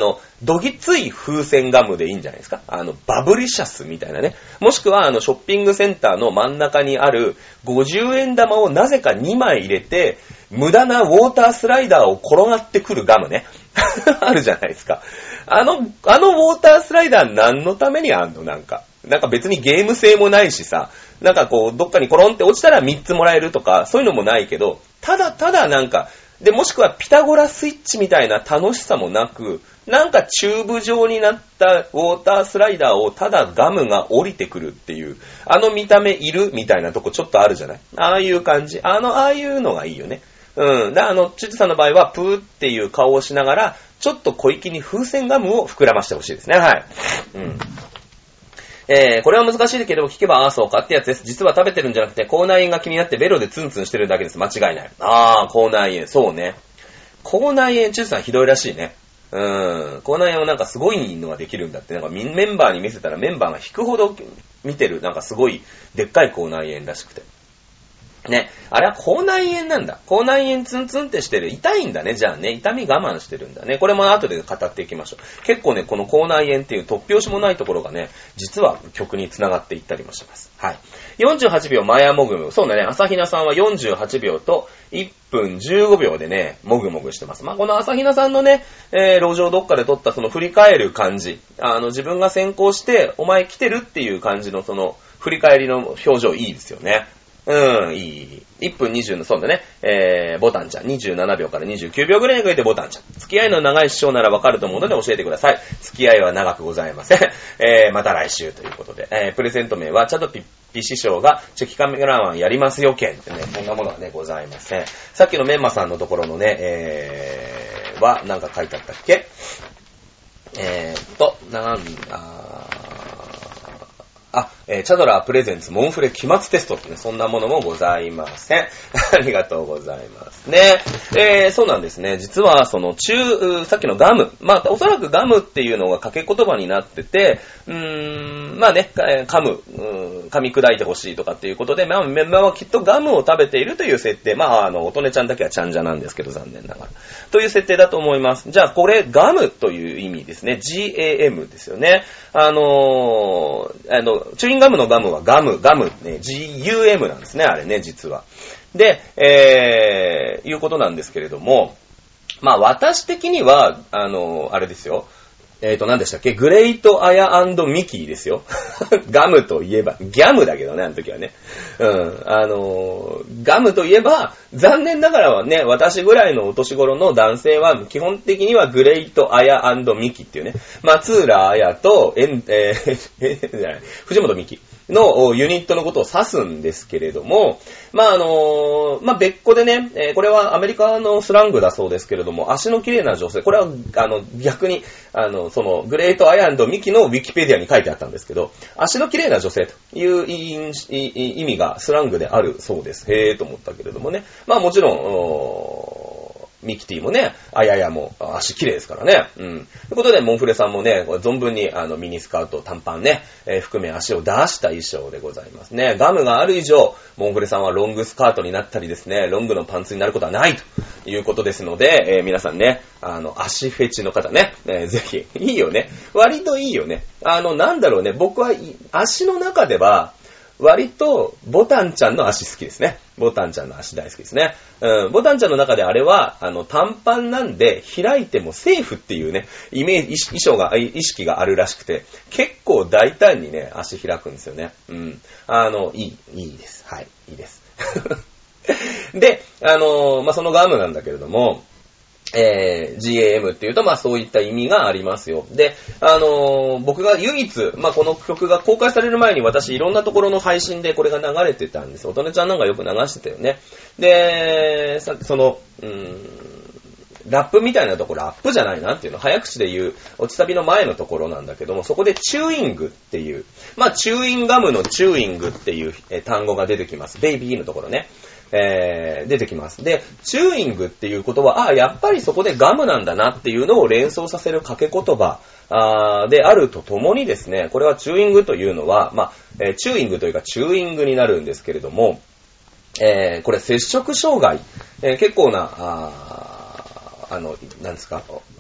どぎつい風船ガムでいいんじゃないですか。あの、バブリシャスみたいなね。もしくは、あの、ショッピングセンターの真ん中にあるごじゅうえん玉をなぜかにまい入れて、無駄なウォータースライダーを転がってくるガムね。あるじゃないですか。あの、あのウォータースライダー何のためにあんのなんか。なんか別にゲーム性もないしさ、なんかこう、どっかにコロンって落ちたらみっつもらえるとか、そういうのもないけど、ただただなんか、で、もしくはピタゴラスイッチみたいな楽しさもなく、なんかチューブ状になったウォータースライダーをただガムが降りてくるっていう、あの見た目いるみたいなとこちょっとあるじゃない？ああいう感じ。あの、ああいうのがいいよね。うん。で、あの、チュッチさんの場合は、プーっていう顔をしながら、ちょっと小粋に風船ガムを膨らましてほしいですね。はい。うん。えー、これは難しいけど聞けばああそうかってやつです。実は食べてるんじゃなくて口内炎が気になってベロでツンツンしてるだけです。間違いない。ああ、口内炎。そうね。口内炎、チュッチさんひどいらしいね。うーん。口内炎もなんかすごいのができるんだって。なんかメンバーに見せたらメンバーが引くほど見てる。なんかすごいでっかい口内炎らしくて。ね。あれは口内炎なんだ。口内炎ツンツンってしてる。痛いんだね。じゃあね。痛み我慢してるんだね。これも後で語っていきましょう。結構ね、この口内炎っていう突拍子もないところがね、実は曲に繋がっていったりもします。はい。よんじゅうはちびょうマヤもぐもぐ。そうだね。朝比奈さんはよんじゅうはちびょうといっぷんじゅうごびょうでね、もぐもぐしてます。まあ、この朝比奈さんのね、えー、路上どっかで撮ったその振り返る感じ。あの、自分が先行して、お前来てるっていう感じのその、振り返りの表情いいですよね。うん、いい。いっぷんにじゅうの、そうだね。えー、ボタンちゃん。にじゅうななびょうからにじゅうきゅうびょうぐらいにかけてボタンちゃん。付き合いの長い師匠ならわかると思うので教えてください。付き合いは長くございません。えー、また来週ということで。えー、プレゼント名は、ちゃんとピッピ師匠がチェキカメラマンやりますよ券ってね、そんなものはね、ございません。さっきのメンマさんのところのね、えー、は、なんか書いてあったっけ？えーっと、なんだ、あ、えー、チャドラープレゼンツモンフレ期末テストってね、そんなものもございません。ありがとうございますね。えー、そうなんですね。実は、その、中、さっきのガム。まあ、おそらくガムっていうのが掛け言葉になってて、うーん、まあね、噛む、噛み砕いてほしいとかっていうことで、まあ、メンバーはきっとガムを食べているという設定。まあ、あの、おとねちゃんだけはちゃんじゃなんですけど、残念ながら。という設定だと思います。じゃあ、これ、ガムという意味ですね。ジーエーエム ですよね。あのー、あの、チューインガムのガムはガム、ガムね、ジーユーエム なんですね、あれね、実は。で、えー、いうことなんですけれども、まあ私的には、あのー、あれですよ。えーと、何でしたっけ？グレイトアヤ&ミキーですよ。ガムといえば、ギャムだけどね、あの時はね。うん。あのー、ガムといえば、残念ながらはね、私ぐらいのお年頃の男性は、基本的にはグレイトアヤ&ミキっていうね、松浦綾と、えん、えー、藤本美貴のユニットのことを指すんですけれども、まあ、あのー、まあ、別個でね、えー、これはアメリカのスラングだそうですけれども、足の綺麗な女性、これは、あの、逆に、あの、その、グレートアヤ&ミキのウィキペディアに書いてあったんですけど、足の綺麗な女性という意味がスラングであるそうです。へーと思ったけれどもね。まあもちろん、ミキティもね、あややも足綺麗ですからね。うん。ということで、モンフレさんもね、存分にあのミニスカート、短パンね、えー、含め足を出した衣装でございますね。ガムがある以上、モンフレさんはロングスカートになったりですね、ロングのパンツになることはないということですので、えー、皆さんね、あの、足フェチの方ね、えー、ぜひ、いいよね。割といいよね。あの、なんだろうね、僕は足の中では、割と、ボタンちゃんの足好きですね。ボタンちゃんの足大好きですね。うん、ボタンちゃんの中であれは、あの、短パンなんで、開いてもセーフっていうね、イメージ、衣装が、意識があるらしくて、結構大胆にね、足開くんですよね。うん。あの、いい、いいです。はい、いいです。で、あの、まあ、そのガムなんだけれども、えー、ジーエーエム っていうと、まあそういった意味がありますよ。で、あのー、僕が唯一、まあこの曲が公開される前に私いろんなところの配信でこれが流れてたんです。おとねちゃんなんかよく流してたよね。で、さその、うーん、ラップみたいなところ、ラップじゃないなっていうの、早口で言う、落ちサビの前のところなんだけども、そこでチューイングっていう、まあチューインガムのチューイングっていう、えー、単語が出てきます。ベイビーのところね。えー、出てきます。で、チューイングっていうことは、ああ、やっぱりそこでガムなんだなっていうのを連想させる掛け言葉あであるとともにですね、これはチューイングというのは、まあ、えー、チューイングというかチューイングになるんですけれども、えー、これ摂食障害、えー、結構な、ああの、なんですか、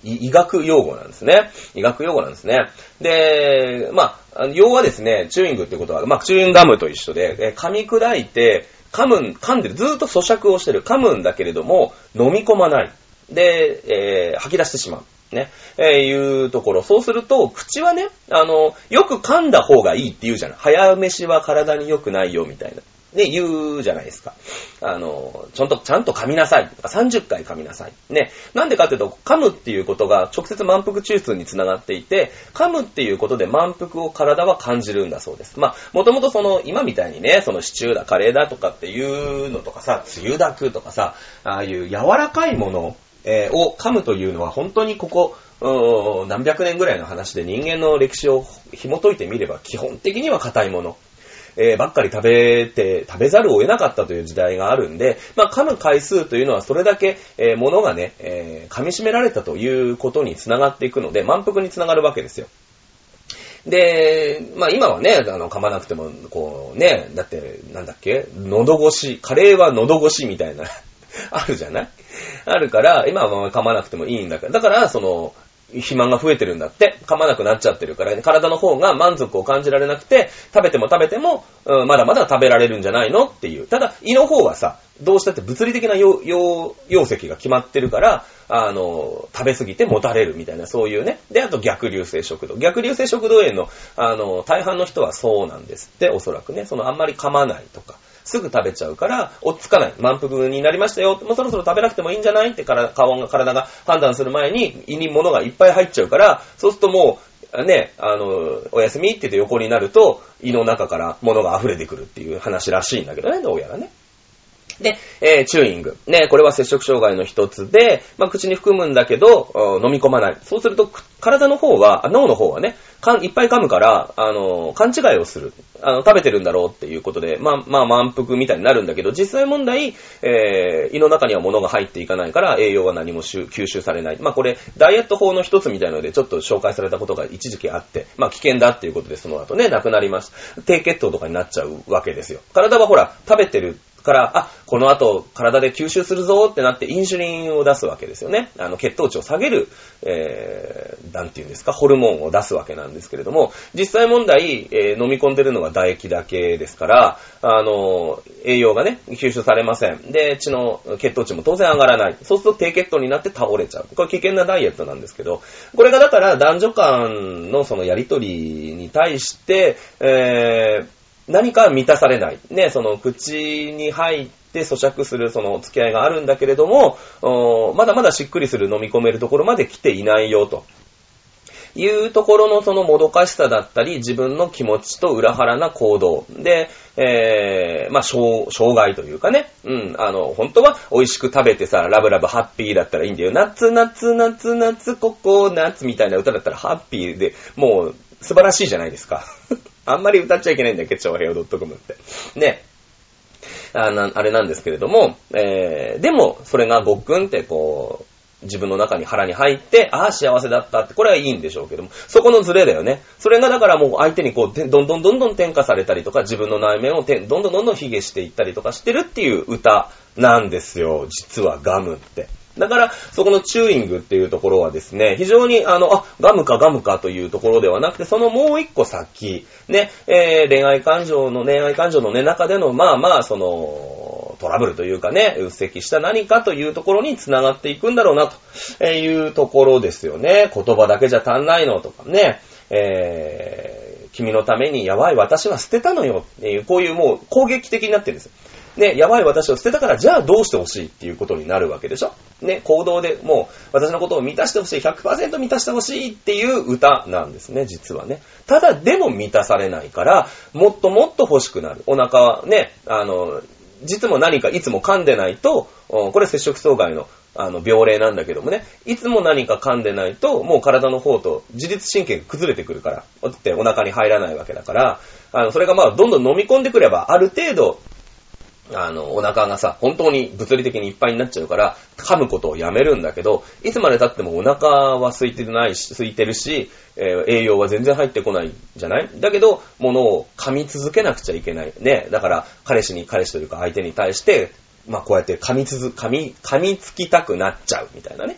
医学用語なんですね。医学用語なんですね。で、まあ、要はですね、チューイングってことは、まあ、チューイングガムと一緒で、噛み砕いて、噛む、噛んでる、ずーっと咀嚼をしてる。噛むんだけれども、飲み込まない。で、えー、吐き出してしまう。ね、えー、いうところ。そうすると、口はね、あの、よく噛んだ方がいいって言うじゃない。早飯は体に良くないよ、みたいな。ね、言うじゃないですか。あの、ちゃんと、ちゃんと噛みなさい。とかさんじゅっかい噛みなさい。ね。なんでかっていうと、噛むっていうことが直接満腹中枢につながっていて、噛むっていうことで満腹を体は感じるんだそうです。まあ、もともとその、今みたいにね、そのシチューだ、カレーだとかっていうのとかさ、つゆだくとかさ、ああいう柔らかいもの、えー、を噛むというのは本当にここ、うーん、何百年ぐらいの話で人間の歴史を紐解いてみれば基本的には硬いもの。えー、ばっかり食べて、食べざるを得なかったという時代があるんで、まあ、噛む回数というのはそれだけ、えー、物がね、えー、噛み締められたということにつながっていくので、満腹につながるわけですよ。で、まあ今はね、あの、噛まなくても、こうね、だって、なんだっけ、喉越し、カレーは喉越しみたいな、あるじゃない？あるから、今は噛まなくてもいいんだから、だから、その、肥満が増えてるんだって、噛まなくなっちゃってるから、ね、体の方が満足を感じられなくて、食べても食べても、うん、まだまだ食べられるんじゃないのっていう。ただ、胃の方はさ、どうしたって物理的な容積が決まってるから、あの、食べ過ぎてもたれるみたいな、そういうね。で、あと逆流性食道。逆流性食道炎の、あの、大半の人はそうなんですって、おそらくね。その、あんまり噛まないとか。すぐ食べちゃうから、追っつかない。満腹になりましたよ。もうそろそろ食べなくてもいいんじゃないってから、顔が、体が判断する前に、胃に物がいっぱい入っちゃうから、そうするともう、ね、あの、おやすみって言って横になると、胃の中から物が溢れてくるっていう話らしいんだけどね、どうやらね。で、えー、チューイング。ね、これは摂食障害の一つで、まあ、口に含むんだけど、飲み込まない。そうすると、体の方は、脳の方はね、かんいっぱい噛むから、あの、勘違いをする。あの、食べてるんだろうっていうことで、まあ、まあ、満腹みたいになるんだけど、実際問題、えー、胃の中には物が入っていかないから、栄養は何も吸収されない。まあ、これ、ダイエット法の一つみたいなので、ちょっと紹介されたことが一時期あって、まあ、危険だっていうことで、その後ね、なくなります。低血糖とかになっちゃうわけですよ。体はほら、食べてる、から、あ、この後体で吸収するぞってなってインシュリンを出すわけですよね。あの血糖値を下げる、えー、なんていうんですか、ホルモンを出すわけなんですけれども、実際問題、えー、飲み込んでるのは唾液だけですから、あの、栄養がね、吸収されません。で、血の血糖値も当然上がらない。そうすると低血糖になって倒れちゃう。これ危険なダイエットなんですけど、これがだから男女間のそのやりとりに対して、えー、何か満たされない。ね、その口に入って咀嚼するその付き合いがあるんだけれども、まだまだしっくりする飲み込めるところまで来ていないよと。いうところのそのもどかしさだったり、自分の気持ちと裏腹な行動で、えー、まあ、障害というかね、うん、あの、本当は美味しく食べてさ、ラブラブハッピーだったらいいんだよ。夏夏夏夏ココナッツみたいな歌だったらハッピーで、もう素晴らしいじゃないですか。あんまり歌っちゃいけないんだよ、超平洋 .com って。ね。あ, なあれなんですけれども、えー、でも、それがごっくんってこう、自分の中に腹に入って、ああ、幸せだったって、これはいいんでしょうけども、そこのズレだよね。それがだからもう相手にこう、どんどんどんどん転化されたりとか、自分の内面をどんどんどんどん卑下していったりとかしてるっていう歌なんですよ。実はガムって。だから、そこのチューイングっていうところはですね、非常にあの、あ、ガムかガムかというところではなくて、そのもう一個先、ね、えー、恋愛感情の、恋愛感情のね、中での、まあまあ、その、トラブルというかね、うっせきした何かというところに繋がっていくんだろうな、というところですよね。言葉だけじゃ足んないのとかね、えー、君のためにやばい私は捨てたのよっていう、こういうもう攻撃的になってるんですよ。ね、やばい私を捨てたから、じゃあどうしてほしいっていうことになるわけでしょ。ね、行動でもう私のことを満たしてほしい、ひゃくパーセント 満たしてほしいっていう歌なんですね、実はね。ただでも満たされないから、もっともっと欲しくなる。お腹はね、あの、実も何かいつも噛んでないと、これ摂食障害のあの病例なんだけどもね、いつも何か噛んでないと、もう体の方と自律神経が崩れてくるから、ってお腹に入らないわけだから、あの、それがまあどんどん飲み込んでくれば、ある程度、あの、お腹がさ、本当に物理的にいっぱいになっちゃうから、噛むことをやめるんだけど、いつまで経ってもお腹は空いてないし、空いてるし、えー、栄養は全然入ってこないじゃない？だけど、物を噛み続けなくちゃいけない。ね。だから、彼氏に、彼氏というか相手に対して、まあこうやって噛み続、噛み、噛みつきたくなっちゃうみたいなね。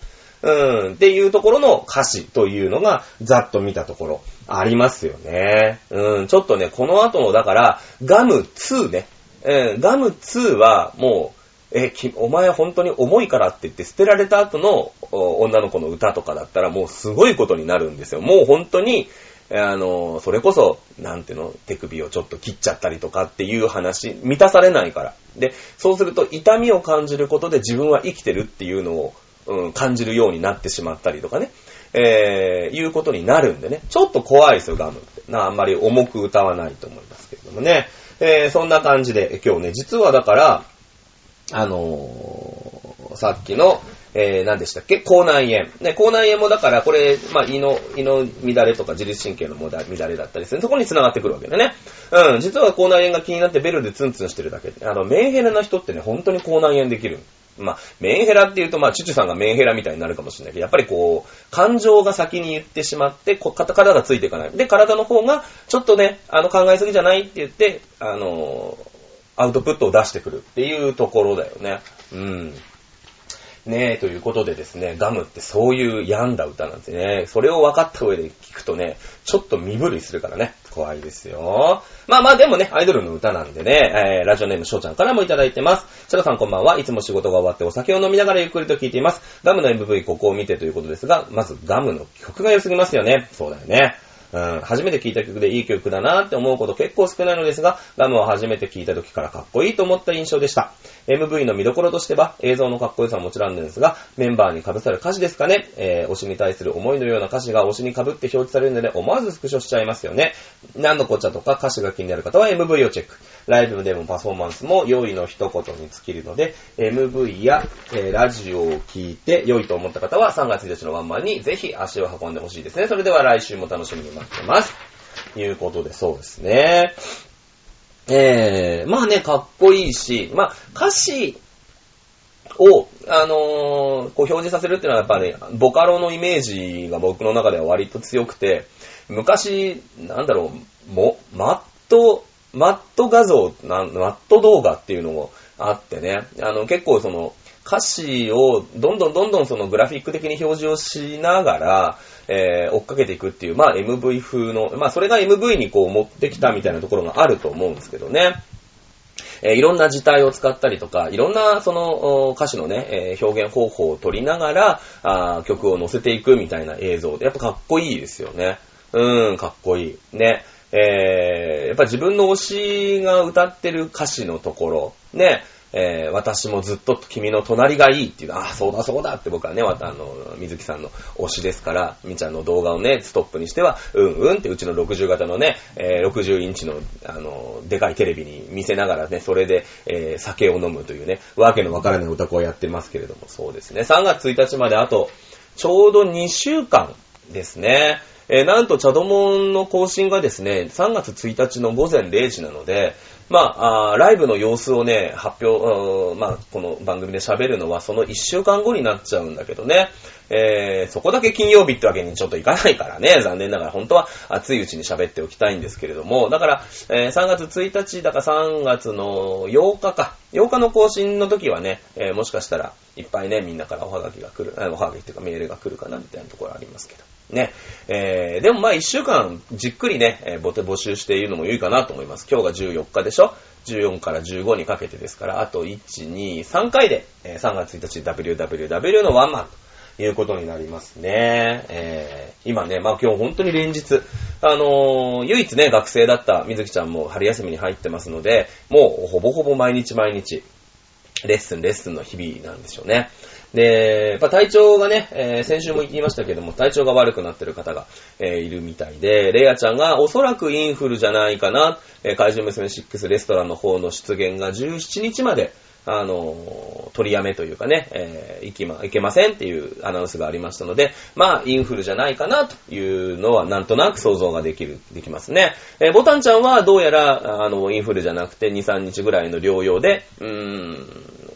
うん、っていうところの歌詞というのが、ざっと見たところ、ありますよね。うん、ちょっとね、この後の、だから、ガムツーね。うん、ガムツーは、もう、え、き、お前本当に重いからって言って捨てられた後の女の子の歌とかだったら、もうすごいことになるんですよ。もう本当に、あの、それこそ、なんていうの、手首をちょっと切っちゃったりとかっていう話、満たされないから。で、そうすると痛みを感じることで自分は生きてるっていうのを、うん、感じるようになってしまったりとかね、えー、いうことになるんでね、ちょっと怖いですよ、ガムって。な、あんまり重く歌わないと思いますけれどもね。えー、そんな感じで、今日ね、実はだから、あのー、さっきの、えー、何でしたっけ口内炎。ね、口内炎もだから、これ、まあ、胃の、胃の乱れとか自律神経の乱れだったりする。そこに繋がってくるわけだね。うん、実は口内炎が気になってベルでツンツンしてるだけで。あの、メンヘラな人ってね、本当に口内炎できる。まあ、メンヘラって言うと、まあ、チュチュさんがメンヘラみたいになるかもしれないけど、やっぱりこう、感情が先に言ってしまって、こう、体がついていかない。で、体の方が、ちょっとね、あの、考えすぎじゃないって言って、あのー、アウトプットを出してくるっていうところだよね。うん。ねえ、ということでですね、ガムってそういう病んだ歌なんですね。それを分かった上で聞くとね、ちょっと身震いするからね、怖いですよ。まあまあでもね、アイドルの歌なんでね、えー、ラジオネームしょうちゃんからもいただいてます。シャラさんこんばんは。いつも仕事が終わってお酒を飲みながらゆっくりと聞いています。ガムの エムブイ ここを見てということですが、まずガムの曲が良すぎますよね。そうだよね。うん、初めて聴いた曲でいい曲だなって思うこと結構少ないのですが、ガムを初めて聴いた時からかっこいいと思った印象でした。エムブイ の見どころとしては、映像のかっこよさはもちろんですが、メンバーに被さる歌詞ですかね。えー、推しに対する思いのような歌詞が推しに被って表示されるので、思わずスクショしちゃいますよね。何のこっちゃとか歌詞が気になる方は エムブイ をチェック。ライブでもパフォーマンスも良いの一言に尽きるので、エムブイ や、えー、ラジオを聴いて良いと思った方はさんがつついたちのワンマンにぜひ足を運んでほしいですね。それでは来週も楽しみに待ってます。ということで、そうですね。えー、まあね、かっこいいし、まあ歌詞を、あのー、こう表示させるっていうのはやっぱり、ボカロのイメージが僕の中では割と強くて、昔、なんだろう、も、マット、マット画像、マット動画っていうのもあってね、あの、結構その、歌詞をどんどんどんどんそのグラフィック的に表示をしながら、えー、追っかけていくっていう、まあ エムブイ 風の、まあそれが エムブイ にこう持ってきたみたいなところがあると思うんですけどね。えー、いろんな字体を使ったりとか、いろんなその歌詞のね、えー、表現方法を取りながらあ曲を載せていくみたいな映像で、やっぱかっこいいですよね。うーん、かっこいい。ね。えー、やっぱ自分の推しが歌ってる歌詞のところ、ね。えー、私もずっと君の隣がいいっていう、ああ、そうだそうだって僕はね、またあの、水木さんの推しですから、みちゃんの動画をね、ストップにしては、うんうんってうちのろくじゅう型のね、えー、ろくじゅうインチの、あの、でかいテレビに見せながらね、それで、えー、酒を飲むというね、わけのわからない歌子をやってますけれども、そうですね。さんがつついたちまであと、ちょうどにしゅうかんですね。えー、なんと、チャドモンの更新がですね、さんがつついたちの午前れいじなので、まあ、あライブの様子をね、発表、まあ、この番組で喋るのはそのいっしゅうかんごになっちゃうんだけどね、えー、そこだけ金曜日ってわけにちょっといかないからね、残念ながら本当は暑いうちに喋っておきたいんですけれども、だから、えー、さんがつついたち、だからさんがつのようかか、ようかの更新の時はね、えー、もしかしたらいっぱいね、みんなからおはがきが来る、おはがきっていうかメールが来るかなみたいなところありますけど。ね。えー、でもまあ一週間じっくりね、えー、募集しているのも良いかなと思います。今日がじゅうよっかでしょ ?じゅうよんからじゅうごにかけてですから、あといち、に、さんかいで、えー、さんがつついたち ダブリューダブリューダブリュー のワンマンということになりますね。えー、今ね、まあ今日本当に連日、あのー、唯一ね、学生だった水木ちゃんも春休みに入ってますので、もうほぼほぼ毎日毎日、レッスンレッスンの日々なんでしょうね。で、やっぱ体調がね、えー、先週も言いましたけども、体調が悪くなってる方が、えー、いるみたいで、レイヤちゃんがおそらくインフルじゃないかな、えー、怪獣娘シックスレストランの方の出現がじゅうしちにちまで、あのー、取りやめというかね、えー、いけま、いけませんっていうアナウンスがありましたので、まあ、インフルじゃないかなというのはなんとなく想像ができる、できますね。えー、ボタンちゃんはどうやら、あの、インフルじゃなくてに、さんにちぐらいの療養で、うーん、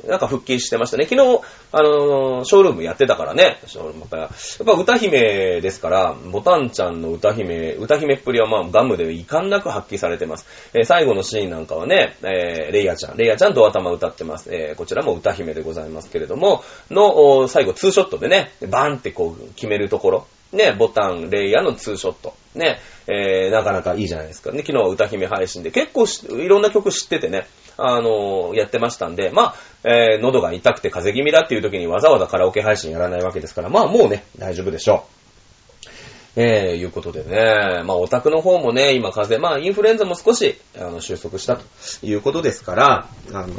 なんか復帰してましたね。昨日、あのー、ショールームやってたからね。ショールームやっぱ、やっぱ歌姫ですから、ボタンちゃんの歌姫、歌姫っぷりはまあガムで遺憾なく発揮されてます。えー、最後のシーンなんかはね、えー、レイヤちゃん、レイヤちゃんドア玉歌ってます。えー、こちらも歌姫でございますけれども、の、最後ツーショットでね、バーンってこう決めるところ。ね、ボタン、レイヤーのツーショット。ね、えー、なかなかいいじゃないですか。ね、昨日は歌姫配信で結構いろんな曲知っててね、あのー、やってましたんで、まあ、えー、喉が痛くて風邪気味だっていう時にわざわざカラオケ配信やらないわけですから、まあもうね、大丈夫でしょう。えー、いうことでね、まあオタクの方もね、今風邪、まあインフルエンザも少し、あの、収束したということですから、あの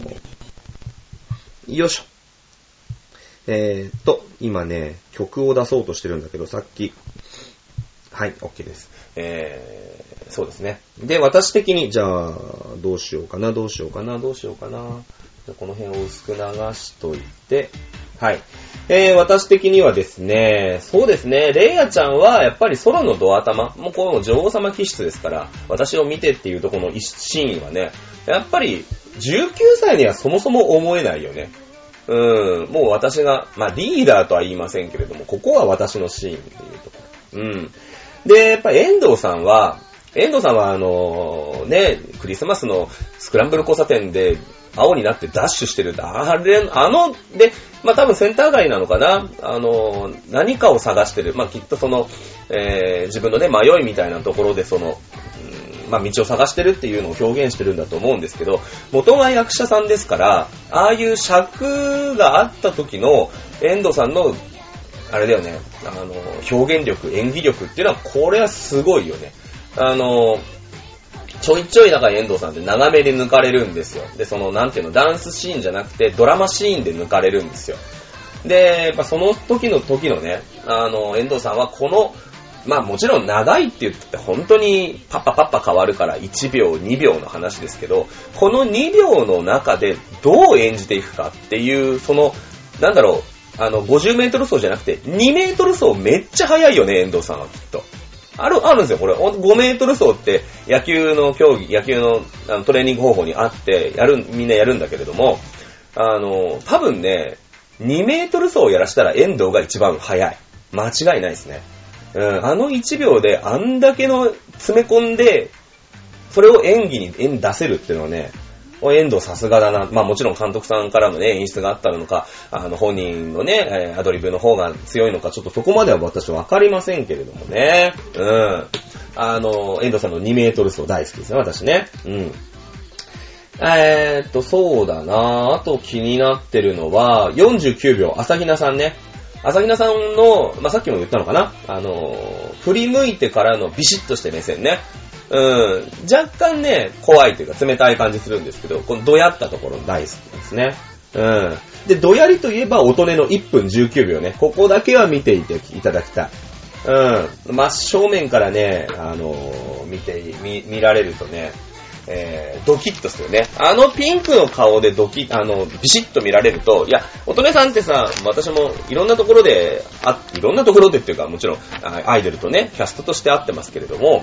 ー、よいしょ。えーっと、今ね、曲を出そうとしてるんだけど、さっき、はい、OK です。えー、そうですね。で、私的に、じゃあ、どうしようかな、どうしようかな、どうしようかな。じゃこの辺を薄く流しといて、はい。えー、私的にはですね、そうですね、レイヤちゃんはやっぱりソロのドア玉、もうこの女王様気質ですから、私を見てっていうところのシーンはね、やっぱりじゅうきゅうさいにはそもそも思えないよね。うん、もう私が、まあリーダーとは言いませんけれども、ここは私のシーンっていうところ。うん。で、やっぱり遠藤さんは、遠藤さんはあの、ね、クリスマスのスクランブル交差点で青になってダッシュしてる。あれ、あの、で、まあ多分センター街なのかな、あの、何かを探してる。まあきっとその、えー、自分のね、迷いみたいなところでその、まあ、道を探してるっていうのを表現してるんだと思うんですけど、元が役者さんですから、ああいう尺があった時の遠藤さんの、あれだよね、あの、表現力、演技力っていうのは、これはすごいよね。あの、ちょいちょいなんか遠藤さんって長めで抜かれるんですよ。で、その、なんていうの、ダンスシーンじゃなくて、ドラマシーンで抜かれるんですよ。で、やっぱその時の時のね、あの、遠藤さんはこの、まあもちろん長いって言って本当にパッパパッパ変わるからいちびょうにびょうの話ですけど、このにびょうの中でどう演じていくかっていう、その、なんだろう、あのごじゅうメートル走じゃなくてにメートル走めっちゃ速いよね、遠藤さんはきっと。ある、あるんですよ、これ。ごメートル走って野球の競技、野球のあのトレーニング方法にあって、やる、みんなやるんだけれども、あの、多分ね、にメートル走をやらしたら遠藤が一番速い。間違いないですね。うん、あのいちびょうであんだけの詰め込んで、それを演技に出せるっていうのはね、遠藤さすがだな。まあもちろん監督さんからのね、演出があったのか、あの本人のね、アドリブの方が強いのか、ちょっとそこまでは私わかりませんけれどもね。うん。あの、遠藤さんのにメートル走大好きですね、私ね。うん。えーっと、そうだな。あと気になってるのは、よんじゅうきゅうびょう、朝比奈さんね。朝比奈さんの、まあ、さっきも言ったのかな、あのー、振り向いてからのビシッとして目線ね。うん、若干ね、怖いというか冷たい感じするんですけど、このドヤったところ大好きですね。うん。で、ドヤりといえば、音音のいっぷんじゅうきゅうびょうね。ここだけは見ていていただきたい。うん。真正面からね、あのー、見て、見、見られるとね、えー、ドキッとするね。あのピンクの顔でドキ、あの、ビシッと見られると、いや、乙女さんってさ、私もいろんなところで、あ、いろんなところでっていうか、もちろん、アイドルとね、キャストとして会ってますけれども、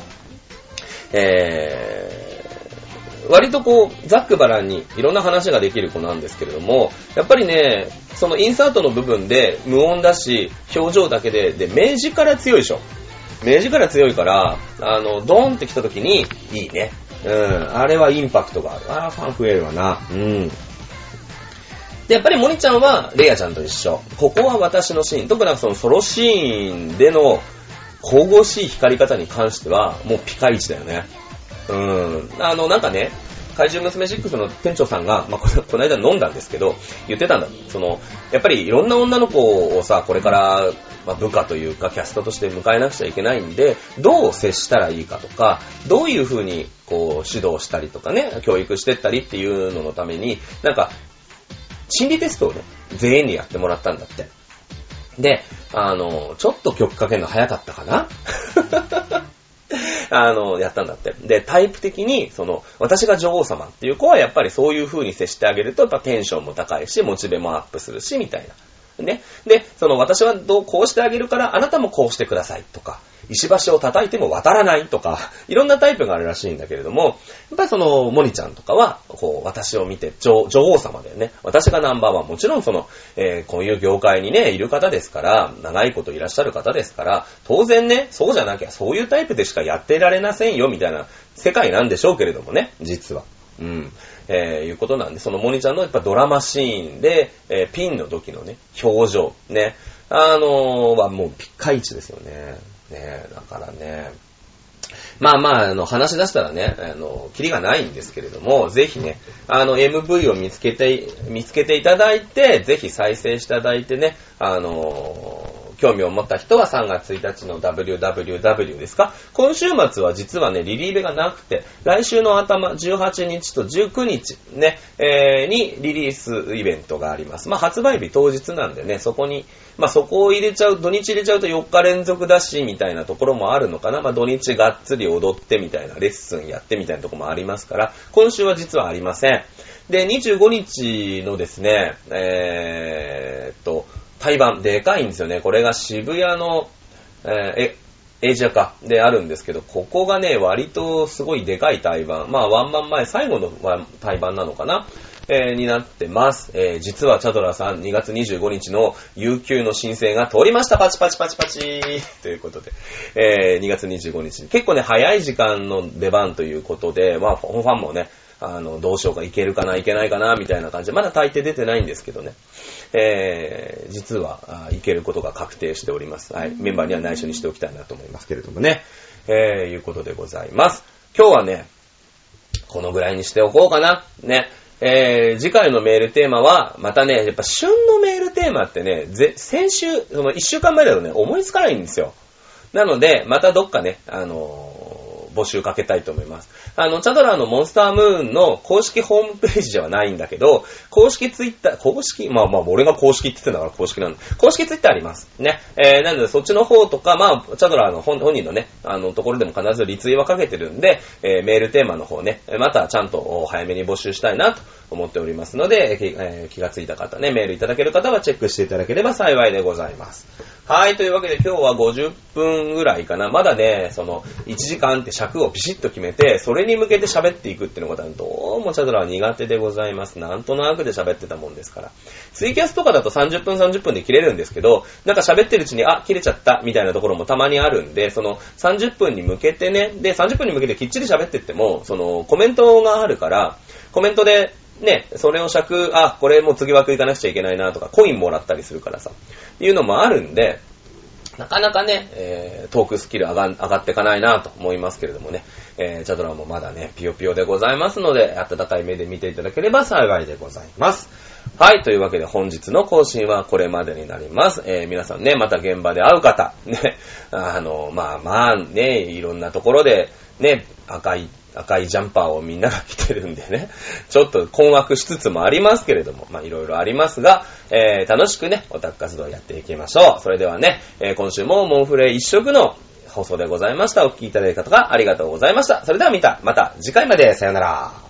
えー、割とこう、ざっくばらんにいろんな話ができる子なんですけれども、やっぱりね、そのインサートの部分で無音だし、表情だけで、で、目力強いでしょ。目力強いから、あの、ドーンって来た時に、いいね。うん、あれはインパクトがある。ああ、ファン増えるわな。うん。で、やっぱりモニちゃんは、レイヤちゃんと一緒。ここは私のシーン。特にそのソロシーンでの、神々しい光り方に関しては、もうピカイチだよね。うん。あの、なんかね、怪獣娘シックスの店長さんが、まあ、この、この間飲んだんですけど、言ってたんだ。その、やっぱりいろんな女の子をさ、これから、まあ、部下というかキャストとして迎えなくちゃいけないんで、どう接したらいいかとか、どういう風にこう指導したりとかね、教育してったりっていうののために、なんか、心理テストをね、全員にやってもらったんだって。で、あの、ちょっと曲かけるの早かったかなあの、やったんだって。で、タイプ的に、その、私が女王様っていう子はやっぱりそういう風に接してあげると、やっぱテンションも高いし、モチベもアップするし、みたいな。ね。で、その私はどう、こうしてあげるから、あなたもこうしてくださいとか、 石橋を叩いても渡らないとか、いろんなタイプがあるらしいんだけれども、やっぱりその、モニちゃんとかは、こう、私を見て、女, 女王様だよね。私がナンバーワン。もちろんその、えー、こういう業界にね、いる方ですから、長いこといらっしゃる方ですから、当然ね、そうじゃなきゃ、そういうタイプでしかやってられませんよ、みたいな世界なんでしょうけれどもね、実は。うん。えー、いうことなんで、そのモニちゃんのやっぱドラマシーンで、えー、ピンの時のね、表情、ね、あのー、はもうピカイチですよね。ね、だからね、まあまあ、あの、話し出したらね、あの、キリがないんですけれども、ぜひね、あの、エムブイ を見つけて、見つけていただいて、ぜひ再生していただいてね、あのー、興味を持った人はさんがつついたちの ダブリューダブリューダブリュー ですか？今週末は実はね、リリーベがなくて、来週の頭、じゅうはちにちとじゅうくにちね、えー、にリリースイベントがあります。まあ、発売日当日なんでね、そこに、まあ、そこを入れちゃう、土日入れちゃうとよっか連続だし、みたいなところもあるのかな。まあ、土日がっつり踊ってみたいな、レッスンやってみたいなところもありますから、今週は実はありません。で、にじゅうごにちのですね、えーっと、対バン、でかいんですよね。これが渋谷の、えー、え、エイジアかであるんですけど、ここがね、割とすごいでかい対バン。まあ、ワンマン前、最後の対バンなのかな、えー、になってます。えー、実はチャドラーさん、にがつにじゅうごにちの有給の申請が通りました。パチパチパチパチということで、えー、にがつにじゅうごにち。結構ね、早い時間の出番ということで、まあ、ファンもね、あの、どうしようか、いけるかな、いけないかな、みたいな感じで、まだ大抵出てないんですけどね。えー、実は、いけることが確定しております。はい。メンバーには内緒にしておきたいなと思いますけれどもね。えー、いうことでございます。今日はね、このぐらいにしておこうかな。ね。えー、次回のメールテーマは、またね、やっぱ旬のメールテーマってね、ぜ先週、そのいっしゅうかんまえだとね、思いつかないんですよ。なので、またどっかね、あのー、募集かけたいと思います。あの、チャドラーのモンスタームーンの公式ホームページではないんだけど、公式ツイッター、公式、まあまあ、俺が公式って言ってんだから公式なんだ。公式ツイッターあります。ね。えー、なのでそっちの方とか、まあ、チャドラーの 本, 本人のね、あの、ところでも必ずリツイはかけてるんで、えー、メールテーマの方ね、またちゃんと早めに募集したいなと思っておりますので、えー、気がついた方ね、メールいただける方はチェックしていただければ幸いでございます。はい、というわけで今日はごじゅっぷんぐらいかな。まだね、その、いちじかんって尺をピシッと決めて、それに向けて喋っていくっていうのがどうもチャドラは苦手でございます。なんとなくで喋ってたもんですから。ツイキャスとかだとさんじゅっぷんさんじゅっぷんで切れるんですけど、なんか喋ってるうちに、あ、切れちゃったみたいなところもたまにあるんで、そのさんじゅっぷんに向けてね、で、さんじゅっぷんに向けてきっちり喋ってっても、そのコメントがあるから、コメントで、ね、それを尺、あ、これもう次枠行かなくちゃいけないなとか、コインもらったりするからさ、いうのもあるんで、なかなかね、えー、トークスキル上が、上がっていかないなと思いますけれどもね、えー、チャドラもまだね、ピヨピヨでございますので、温かい目で見ていただければ幸いでございます。はい、というわけで本日の更新はこれまでになります。えー、皆さんね、また現場で会う方、ね、あの、まあまあね、いろんなところで、ね、赤い、赤いジャンパーをみんなが着てるんでね、ちょっと困惑しつつもありますけれども、まあいろいろありますが、えー、楽しくね、オタク活動をやっていきましょう。それではね、えー、今週もモンフレ一色の放送でございました。お聞きいただいた方がありがとうございました。それではまた、また次回までさよなら。